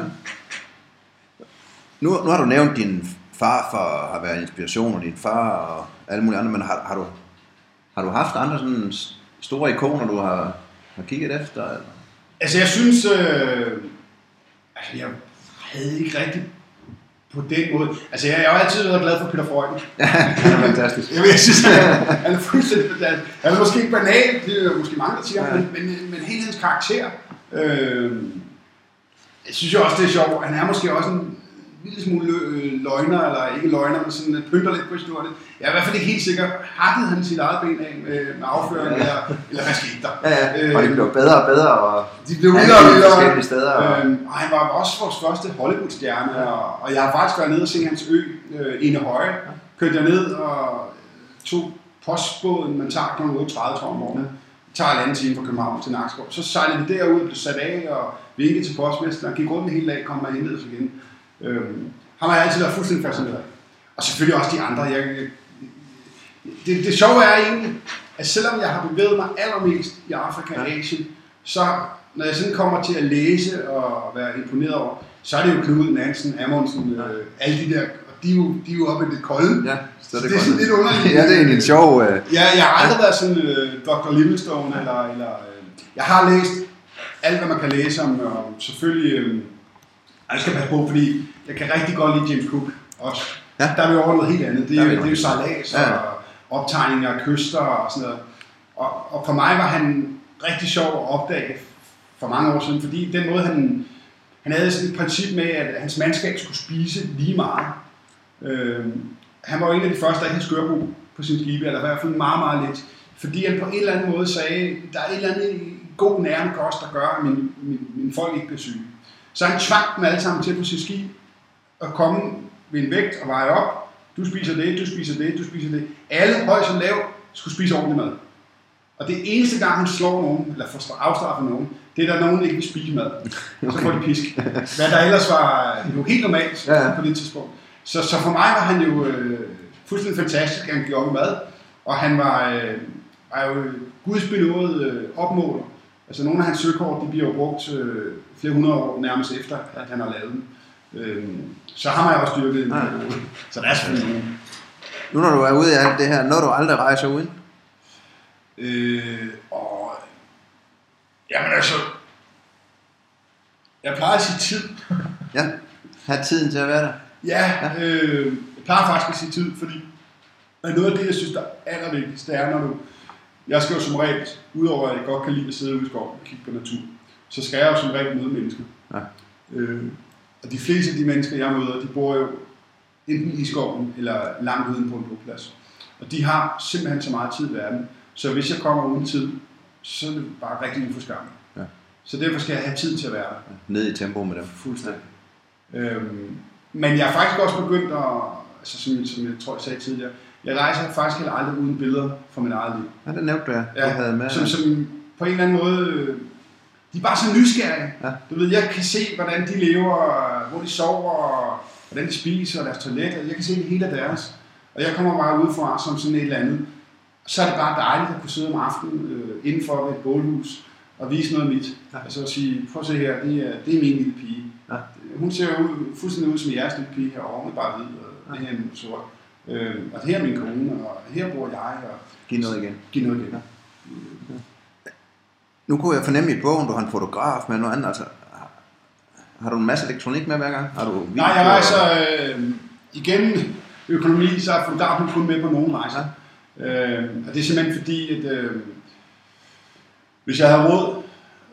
Nu, nu har du nævnt din far for at være inspiration, og din far og alle mulige andre, men har, har, du, har du haft andre sådan store ikoner, du har, har kigget efter? Eller? Altså jeg synes, øh, altså jeg havde ikke rigtig på den måde. Altså jeg, jeg har altid været glad for Peter Freuden. Ja, det er fantastisk. Jeg, jeg synes, han er fuldstændig fantastisk. Han er måske ikke banal, det er måske mange, der siger, ja. men, men, men hele hans karakter. Øh, jeg synes jo også, det er sjovt. Han er måske også en lille smule løgner, eller ikke løgner, men sådan pynter lidt på historien. Jeg er i hvert fald ikke helt sikker. Hakkede han sit eget ben af med, med afføring, ja. eller, eller hvad skete der? Ja, ja. Og de blev bedre og bedre, og de blev videre og videre. Forskellige steder. Og... Øhm, og han var også vores første Hollywood-stjerne, ja. og, og jeg har faktisk været nede og set hans ø, øh, Ene Høje. Kørte jeg ned og tog postbåden, man tager kl. otte tredive om morgenen. Det tager en anden time fra København til Nakskov. Så sejlede vi derud, blev sat af og vinkede til postmesteren, gik rundt en hel dag, kom og hentede os igen. Øhm, han har altid været fuldstændig fascineret. Og selvfølgelig også de andre. Jeg, jeg, det, det sjove er egentlig, at selvom jeg har bevæget mig allermest i Afrika og Asien, så når jeg sådan kommer til at læse og være imponeret over, så er det jo Knud, Nansen, Amundsen, øh, alle de der, og de er jo, de er jo oppe i det kolde. Ja, så det, det er sådan lidt underligt. Ja, det er egentlig en sjov... Øh... Ja, jeg har aldrig været sådan øh, doktor Livingstone, eller, eller øh, jeg har læst alt, hvad man kan læse om, og selvfølgelig... Øh, jeg skal passe på, fordi jeg kan rigtig godt lide James Cook også. Ja. Der er vi over noget helt andet. Det er, jo, det er jo sejlads ja. og optegninger af kyster og sådan noget. Og, og for mig var han rigtig sjov at opdage for mange år siden, fordi den måde, han, han havde sådan et princip med, at hans mandskab skulle spise lige meget. Øh, han var jo en af de første, der ikke havde skørbrug på sin skibe, eller i hvert fald meget, meget lidt. Fordi han på en eller anden måde sagde, der er et eller andet god nærende kost, der gør, at mine, mine, mine folk ikke bliver syge. Så han tvang dem alle sammen til på sit skib at komme ved en vægt og veje op. Du spiser det, du spiser det, du spiser det. Alle, høj som lav, skulle spise ordentligt mad. Og det eneste gang, han slår nogen, eller får afstraffet nogen, det er, der nogen, der ikke vil spise mad. Okay. Så får de pisk. Hvad der ellers var jo helt normalt ja, ja. på det tidspunkt. Så, så for mig var han jo øh, fuldstændig fantastisk, at han gjorde med mad. Og han var, øh, var jo gudsbenået øh, opmåler. Altså nogle af hans søkort, de bliver jo brugt øh, flere hundrede år nærmest efter, at han har lavet dem. Øh, så har man jo også styrket en periode. Så der er selvfølgelig nogen. Nu når du er ude i alt det her, når du aldrig rejser uden? Øh, og... Jamen altså... Jeg plejer at sige tid. Ja, have tiden til at være der. Ja, ja. Øh, jeg plejer faktisk at sige tid, fordi noget af det, jeg synes, der er allervigtigst, det er, når du... Jeg skal jo som regel, udover at jeg godt kan lide at sidde ude i skoven og kigge på natur, så skal jeg jo som regel møde mennesker. Ja. Øh, og de fleste af de mennesker, jeg møder, de bor jo enten i skoven eller langt uden på en boplads. Og de har simpelthen så meget tid i verden, så hvis jeg kommer uden tid, så er det bare rigtig uforskammet. Ja. Så derfor skal jeg have tid til at være der. Ja, ned i tempo med dem. Fuldstændig. Ja. Øhm, men jeg har faktisk også begyndt at, altså som, som jeg tror jeg sagde tidligere, jeg rejser faktisk heller aldrig uden billeder fra mit eget liv. Ja, det nævnte du, ja. ja havde med. Som, som på en eller anden måde, de er bare så nysgerrige. Ja. Du ved, jeg kan se, hvordan de lever, hvor de sover, hvordan de spiser og deres toilet, jeg kan se det hele af deres. Og jeg kommer bare udefra som sådan et eller andet. Så er det bare dejligt at kunne sidde om aftenen øh, indenfor ved et bålhus og vise noget af mit. Ja. Altså at sige, prøv at se her, det er, det er min lille pige. Ja. Hun ser ud, fuldstændig ud som jeres lille pige herovre, med bare hvid, og det her er sort. Øh, og her er min kone, og her bor jeg. Og giv noget igen. Giv noget igen. Ja. Nu kunne jeg fornemme i bogen, du har en fotograf med noget andet. Altså, har du en masse elektronik med hver gang? Har du Nej, jeg rejser øh, igen økonomi, så er fotografen kun med på nogle rejser. Ja. Øh, og det er simpelthen fordi, at øh, hvis jeg havde råd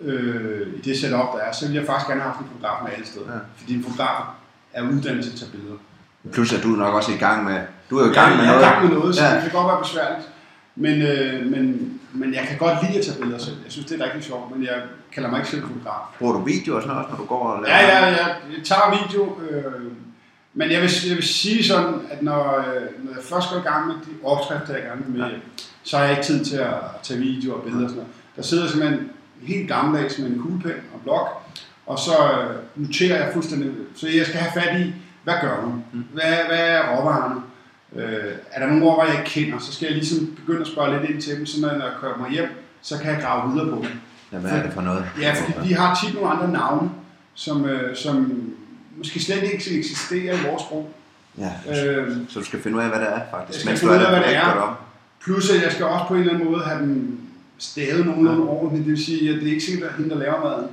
øh, i det setup, der er, så ville jeg faktisk gerne have haft en fotograf med alle steder. Ja. Fordi en fotograf er uddannet til at tage billeder. Plus at du er nok også i gang med, du er jo i gang ja, med jeg noget. Jeg er i gang med noget, så ja. Det kan godt være besværligt. Men, øh, men, men jeg kan godt lide at tage billeder selv. Jeg synes, det er rigtig sjovt, men jeg kalder mig ikke selv fotograf. Bruger du video og sådan noget, når du går og laver? Ja, ja, ja. Jeg tager video. Øh, men jeg vil, jeg vil sige sådan, at når, når jeg først går i gang med de opskrifter, jeg gerne vil med, ja. Så har jeg ikke tid til at tage video og billeder og sådan noget. Der sidder simpelthen helt gammeldags med en kuglepen og blok, og så noterer jeg fuldstændig. Så jeg skal have fat i, hvad gør hun? Hvad, hvad er råvarerne? Øh, er der nogle råvarer, jeg ikke kender, så skal jeg ligesom begynde at spørge lidt ind til dem, så når jeg kommer hjem, så kan jeg grave videre på dem. Ja, hvad er det for noget? Ja, fordi de har tit nogle andre navne, som, øh, som måske slet ikke eksisterer i vores sprog. Ja, øh, så du skal finde ud af, hvad det er faktisk. Jeg skal finde ud af, hvad det er. Plus at jeg skal også på en eller anden måde have dem stavet nogenlunde ja. Ordentligt. Det vil sige, at det er ikke sikkert, at hende, der laver maden,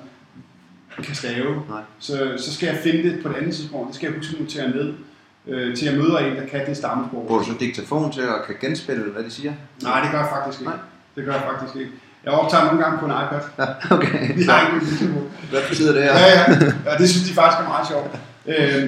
kan stave. Så, så skal jeg finde det på et andet tidspunkt. Det skal jeg huske at notere ned, øh, til jeg møder en, der kan det stammesprog. Bruger du så diktafon til at kan genspille, hvad de siger? Nej, det gør jeg faktisk ikke. Nej. Det gør jeg faktisk ikke. Jeg optager nogle gange på en iPad. Ja, okay. De har ikke diktafon. Hvad betyder det her? Ja, ja. Ja, det synes de faktisk er meget sjovt. Øh,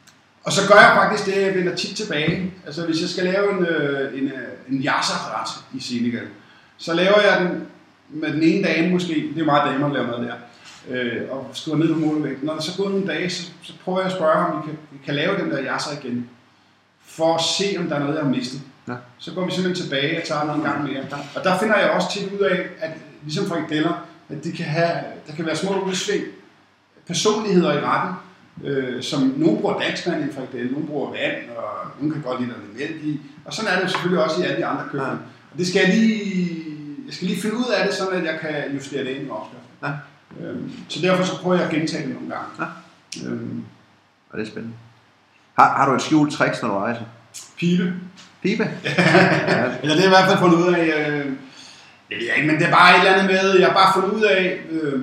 og så gør jeg faktisk det, jeg vender tit tilbage. Altså hvis jeg skal lave en, en, en yassa-ret i Senegal, så laver jeg den med den ene dame måske. Det er meget damer, der laver mad der. Øh, og skriver ned på målevægten. Når der så går nogle dage, så, så prøver jeg at spørge, om vi kan, vi kan lave den der yassa igen. For at se, om der er noget, jeg har mistet. Ja. Så går vi simpelthen tilbage og tager noget en gang mere. Og der finder jeg også tit ud af, at ligesom frikadeller, at de kan have, der kan være små udsving, personligheder i retten, øh, som nogen bruger dansk vand i en frikadelle, nogen bruger vand, og nogen kan godt lide noget mælk i. Og sådan er det selvfølgelig også i alle de andre køkkener. Ja. Og det skal jeg lige, jeg skal lige finde ud af det, sådan at jeg kan justere det ind i opskriften. Ja. Øhm, så derfor så prøver jeg at gentage det nogle gange. Ja. Øhm. Og det er spændende. Har, har du et skjult tricks, når du rejser? Pibe. Pibe? Ja. Eller det er i hvert fald fundet ud af, øh, det ved jeg ikke, men det er bare et eller andet med, jeg har bare fundet ud af, øh,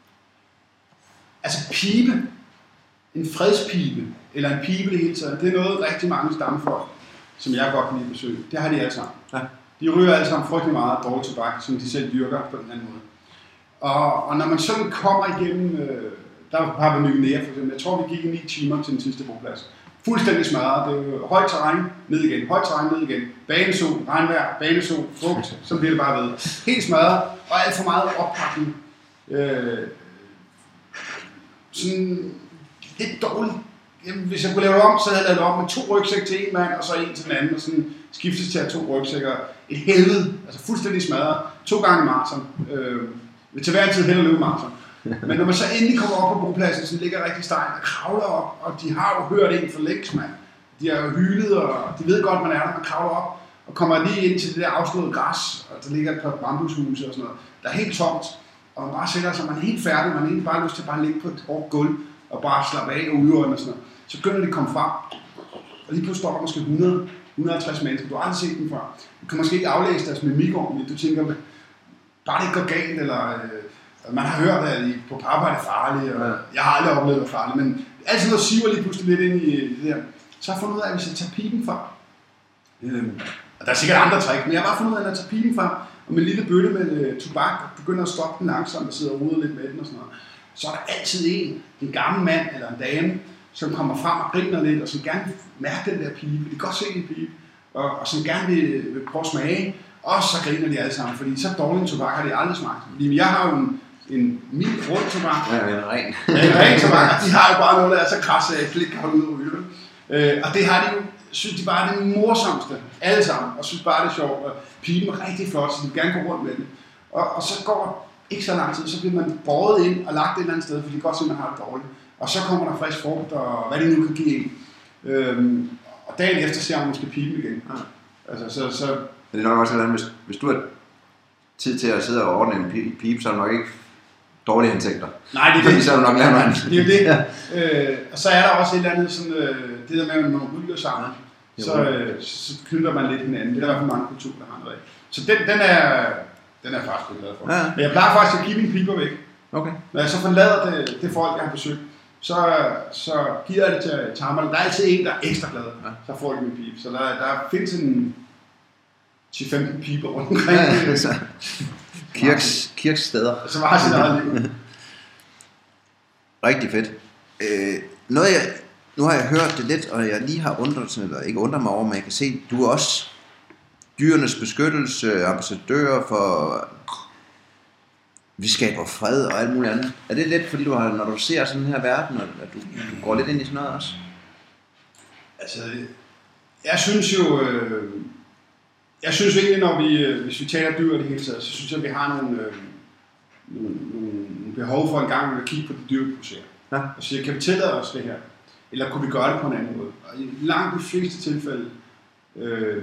altså pibe, en fredspibe, eller en pibe det hele taget, det er noget rigtig mange stammefolk, som jeg godt kan lide at besøge. Det har de alle sammen. Ja. De ryger alle sammen frygtelig meget dårlig tobak, som de selv dyrker på den anden måde. Og, og når man sådan kommer igennem, øh, der har vi Ny Guinea for eksempel, jeg tror vi gik i ni timer til den sidste boplads. Fuldstændig smadret, det er jo højt terræn, ned igen, højt terræn, ned igen, banesol, regnvejr, banesol, fugt, så bliver det bare ved. Helt smadret, og alt for meget oppakning. Øh, sådan lidt dårligt. Jamen, hvis jeg kunne lave det om, så havde jeg lavet det om med to rygsæk til en mand, og så en til den anden, og sådan skiftes til at have to rygsækker. Et helvede, altså fuldstændig smadret, to gange maraton. Øh, til hver tid hellere løbe maraton. Men når man så endelig kommer op på bopladsen, så ligger rigtig stejl og kravler op, og de har jo hørt en for længst, mand. De har jo hylet, og de ved godt, man er der, man kravler op, og kommer lige ind til det der afslåede græs, og der ligger et par bambushuse og sådan noget. Der er helt tomt, og man bare sætter sig, man er helt færdig, man har egentlig bare lyst til at bare ligge på et hårdt gulv, og bare slappe af og udånde og sådan noget. Så begynder de at komme frem, og lige pludselig står der måske hundrede til hundrede og halvtreds mennesker, du har aldrig set dem før. Du kan måske ikke aflæse deres mimik ordentligt, du tænker, bare det ikke går galt, eller øh, man har hørt, at I på arbejde er farlige, og jeg har aldrig oplevet at farligt, men altid noget siver lige pludselig lidt ind i det der. Så har jeg fundet ud af, at hvis jeg tager piben fra, øhm, og der er sikkert andre træk, men jeg har bare fundet ud af, at jeg tager piben fra, og med en lille bøtte med øh, tobak, og begynder at stoppe den langsomt, og sidder og ruder lidt med den og sådan noget, så er der altid en, en gammel mand eller en dame, som kommer frem og griner lidt, og som gerne vil mærke den der pibe, de kan godt se en pibe, og, og som gerne vil, vil prøve at smage, og så griner de alle sammen, fordi så dårlig en tobak har de aldrig smagt. Fordi jeg har jo en, en mild rund tobak, ja, en ren, ja, en ren tobak, de har jo bare noget, der er så krasse, at jeg ikke kan holde ud og ryge. Øh, og det har de jo, synes de bare er det morsomste, alle sammen, og synes bare det er sjovt, og piben er rigtig flot, så de vil gerne gå rundt med det. Og, og så går ikke så lang tid, så bliver man båret ind og lagt et eller andet sted, fordi de godt se, at man har det dårligt. Og så kommer der frisk frugt, og hvad de nu kan give ind. Øhm, og dagen efter ser hun måske pipen igen. Ja. Altså, så, så... Men det er nok også et eller andet, hvis, hvis du har tid til at sidde og ordne en pipe, så er det nok ikke dårlige hensigter. Nej, det er det. Så er du nok lavet noget andet. Det er jo det. Ja. Øh, og så er der også et eller andet sådan, øh, det der med, at når man ryger sammen, ja. så, øh, så knytter man lidt hinanden. Det er der i hvert fald mange kulturer, der har noget af. Så den, den, er, den er jeg faktisk lidt glad for. Ja. Men jeg plejer faktisk at give mine piber væk. Okay. Når jeg så forlader det, det folk, jeg har besøgt, så, så giver jeg det til, til ham. Der er altid en, der er ekstra glad, ja. Så får jeg min pipe. Så der, der findes en ti til femten piber rundt omkring. Ja, så. Kirks, kirkssteder. Så var sit eget liv. Rigtig fedt. Øh, noget jeg, nu har jeg hørt det lidt, og jeg lige har undret, eller ikke undret mig over, men jeg kan se, du er også dyrenes beskyttelse, ambassadør for, vi skaber fred og alt muligt andet. Er det lidt, fordi du har, når du ser sådan her verden, at du, du går lidt ind i sådan noget også? Altså, jeg synes jo, øh, jeg synes egentlig, når vi, hvis vi taler dyr det hele taget, så synes jeg, at vi har nogle, øh, nogle, nogle behov for en gang at kigge på de dyr, vi producerer. Ja. Og sige, kan vi tillade os det her? Eller kunne vi gøre det på en anden måde? Og i langt de fleste tilfælde, øh,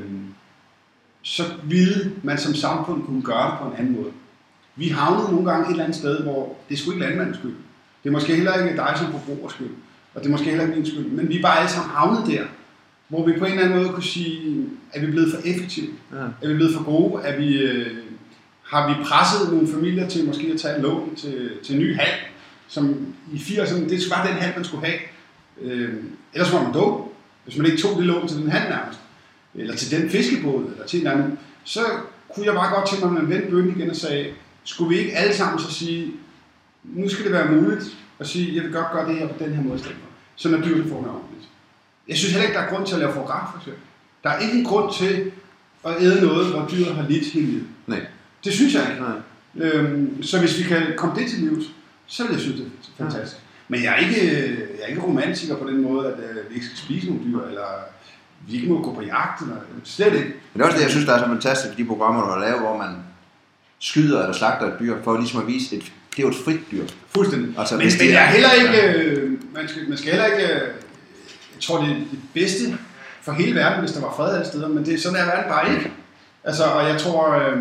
så ville man som samfund kunne gøre det på en anden måde. Vi havnede nogle gange et eller andet sted, hvor det er sgu ikke landmandens skyld. Det er måske heller ikke dig som forbrugers skyld. Og det er måske heller ikke min skyld. Men vi er bare alle sammen havnet der, hvor vi på en eller anden måde kunne sige, at vi er blevet for effektive. Ja. Er vi blevet for gode? Er vi, øh, har vi presset nogle familier til måske at tage et lån til, til en ny hal, som i firserne, det var den hal, man skulle have. Øh, ellers var man dum, hvis man ikke tog det lån til den hal nærmest. Eller til den fiskebåd, eller til en anden. Så kunne jeg bare godt tænke mig, at man vendte bønnen igen og sagde, skulle vi ikke alle sammen så sige, nu skal det være muligt at sige, jeg vil godt gøre det her på den her måde, så når dyrene får noget ordentligt. Jeg synes heller ikke, der er grund til at lave forgræt, for eksempel. Der er ikke en grund til at æde noget, hvor dyret har lidt hele livet. Nej. Det synes jeg ikke. Nej. Øhm, så hvis vi kan komme det til livs, så vil jeg synes, det er fantastisk. Ja. Men jeg er, ikke, jeg er ikke romantiker på den måde, at øh, vi ikke skal spise nogle dyr, eller vi ikke må gå på jagt, eller slet ikke. Men det er også det, jeg synes, der er så fantastisk, de programmer, du har lavet, hvor man skyder eller slagter et dyr, for ligesom at vise, at det er jo et frit dyr. Fuldstændig. Altså, men, men jeg er heller ikke, øh, man, skal, man skal heller ikke, øh, jeg tror det er det bedste for hele verden, hvis der var fred alle steder, men det er sådan er verden bare ikke. Altså, og jeg tror, øh,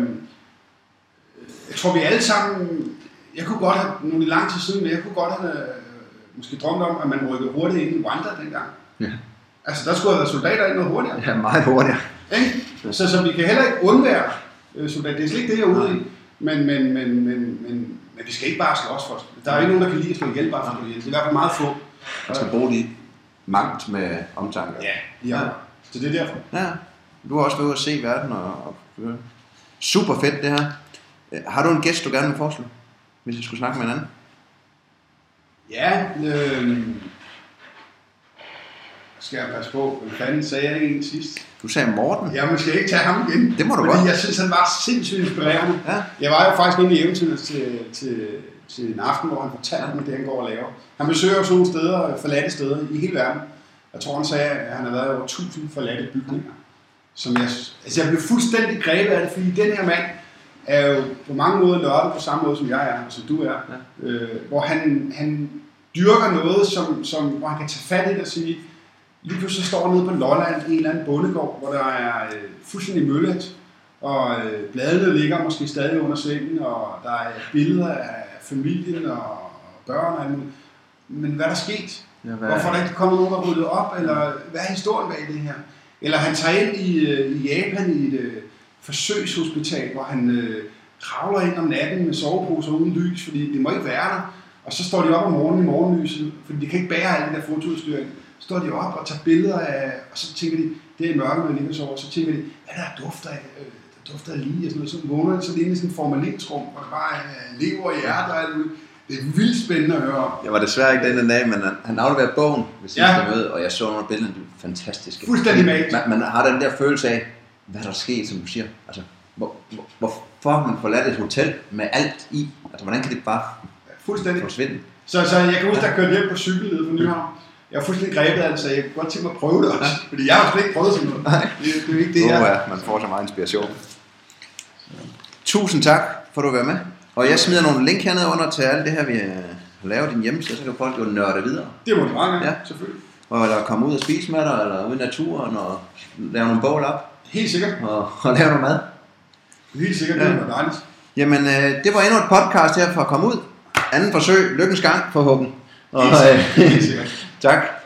jeg tror vi alle sammen, jeg kunne godt have, nogle lang tid siden, men jeg kunne godt have øh, måske drømt om, at man rykkede hurtigt ind i Rwanda dengang. Ja. Altså, der skulle have været soldater ind noget hurtigere. Ja, meget hurtigere. Ja. Så, så vi kan heller ikke undvære øh, soldater. Det er slet ikke det, jeg er ude i. Men, men, men, men, men, men vi skal ikke bare slås for os. Der er ikke nogen, der kan lide at slå ihjel bare for at ihjel. Det er i hvert fald meget få. Man skal bruge de magt med omtanke. Ja, ja. Så det er derfor. Ja, du har også været ude at se verden og, og super fedt det her. Har du en gæst, du gerne vil foreslå, hvis vi skulle snakke med en anden? Ja, øh... skal jeg passe på. Hvad fanden sagde jeg ikke en sidst? Du sagde Morten. Ja, men skal jeg ikke tage ham igen? Det må du godt. Fordi jeg synes, han var sindssygt inspirerende. Ja. Jeg var jo faktisk inde i eventyret til, til, til en aften, hvor han fortalte om det, han går og laver. Han besøger jo sådan nogle steder, forladte steder i hele verden. Jeg tror, han sagde, at han har været over tusind forladte bygninger. Som jeg, altså jeg blev fuldstændig grebet af det, fordi den her mand er jo på mange måder nørdet på samme måde, som jeg er, og som du er. Ja. Øh, hvor han, han dyrker noget, som, som, hvor han kan tage fat i det og sige, lige pludselig står han nede på Lolland i en eller anden bondegård, hvor der er øh, fuldstændig møllet, og øh, bladene ligger måske stadig under sengen, og der er billeder af familien og, og børn og alt muligt. Men hvad er der sket? Ja, hvad... Hvorfor er der ikke kommet nogen, der ryddet op? Eller hvad er historien bag det her? Eller han tager ind i, øh, i Japan i et øh, forsøgshospital, hvor han øh, kravler ind om natten med soveposer uden lys, fordi det må ikke være der. Og så står de op om morgenen i morgenlyset, fordi de kan ikke bære alt det der fotoudstyr. Så står de op og tager billeder af, og så tænker de, det er mørke, man ligger så over, så tænker de, hvad der er dufter af, øh, der dufter af lige, og sådan noget, så vågner de så inde i sådan en formalinsrum, hvor der bare er lever i hjertet og alt muligt. Det er vildt spændende at høre om. Jeg var desværre ikke den dag, men han, han afleverede bogen ved sidste ja. møde, og jeg så nogle billeder, de var fantastiske. Fuldstændig magisk. Man, man har den der følelse af, hvad der er sket, som du siger. Altså, hvor, hvor, hvorfor man forladt et hotel med alt i? Altså, hvordan kan det bare fuldstændig forsvinde? Så, så jeg kan huske, der kørte hjem på cykel nede fra Nyhavn. Jeg var fuldstændig grebet af det, så jeg kunne godt tænke mig at prøve det også. Ja. Fordi jeg har jo slet ikke prøvet sådan noget. Nej. Det, det er jo ikke det, jeg... jeg... Ja, man får så meget inspiration. Tusind tak for at du var med. Og jeg smider nogle link hernede under til alt det her, vi har lavet i din hjemmeside, så kan folk jo nørde videre. Det må du meget gerne, ja. Selvfølgelig. og, eller komme ud og spise med dig, eller ud i naturen, og lave nogle bål op. Helt sikkert. Og, og lave noget mad. Helt sikkert, Ja. det var dejligt. Jamen, øh, det var endnu et podcast her for at komme ud. Anden forsøg, lykkens gang forhåbentlig. Og, Helt sikkert. Helt sikkert. tak.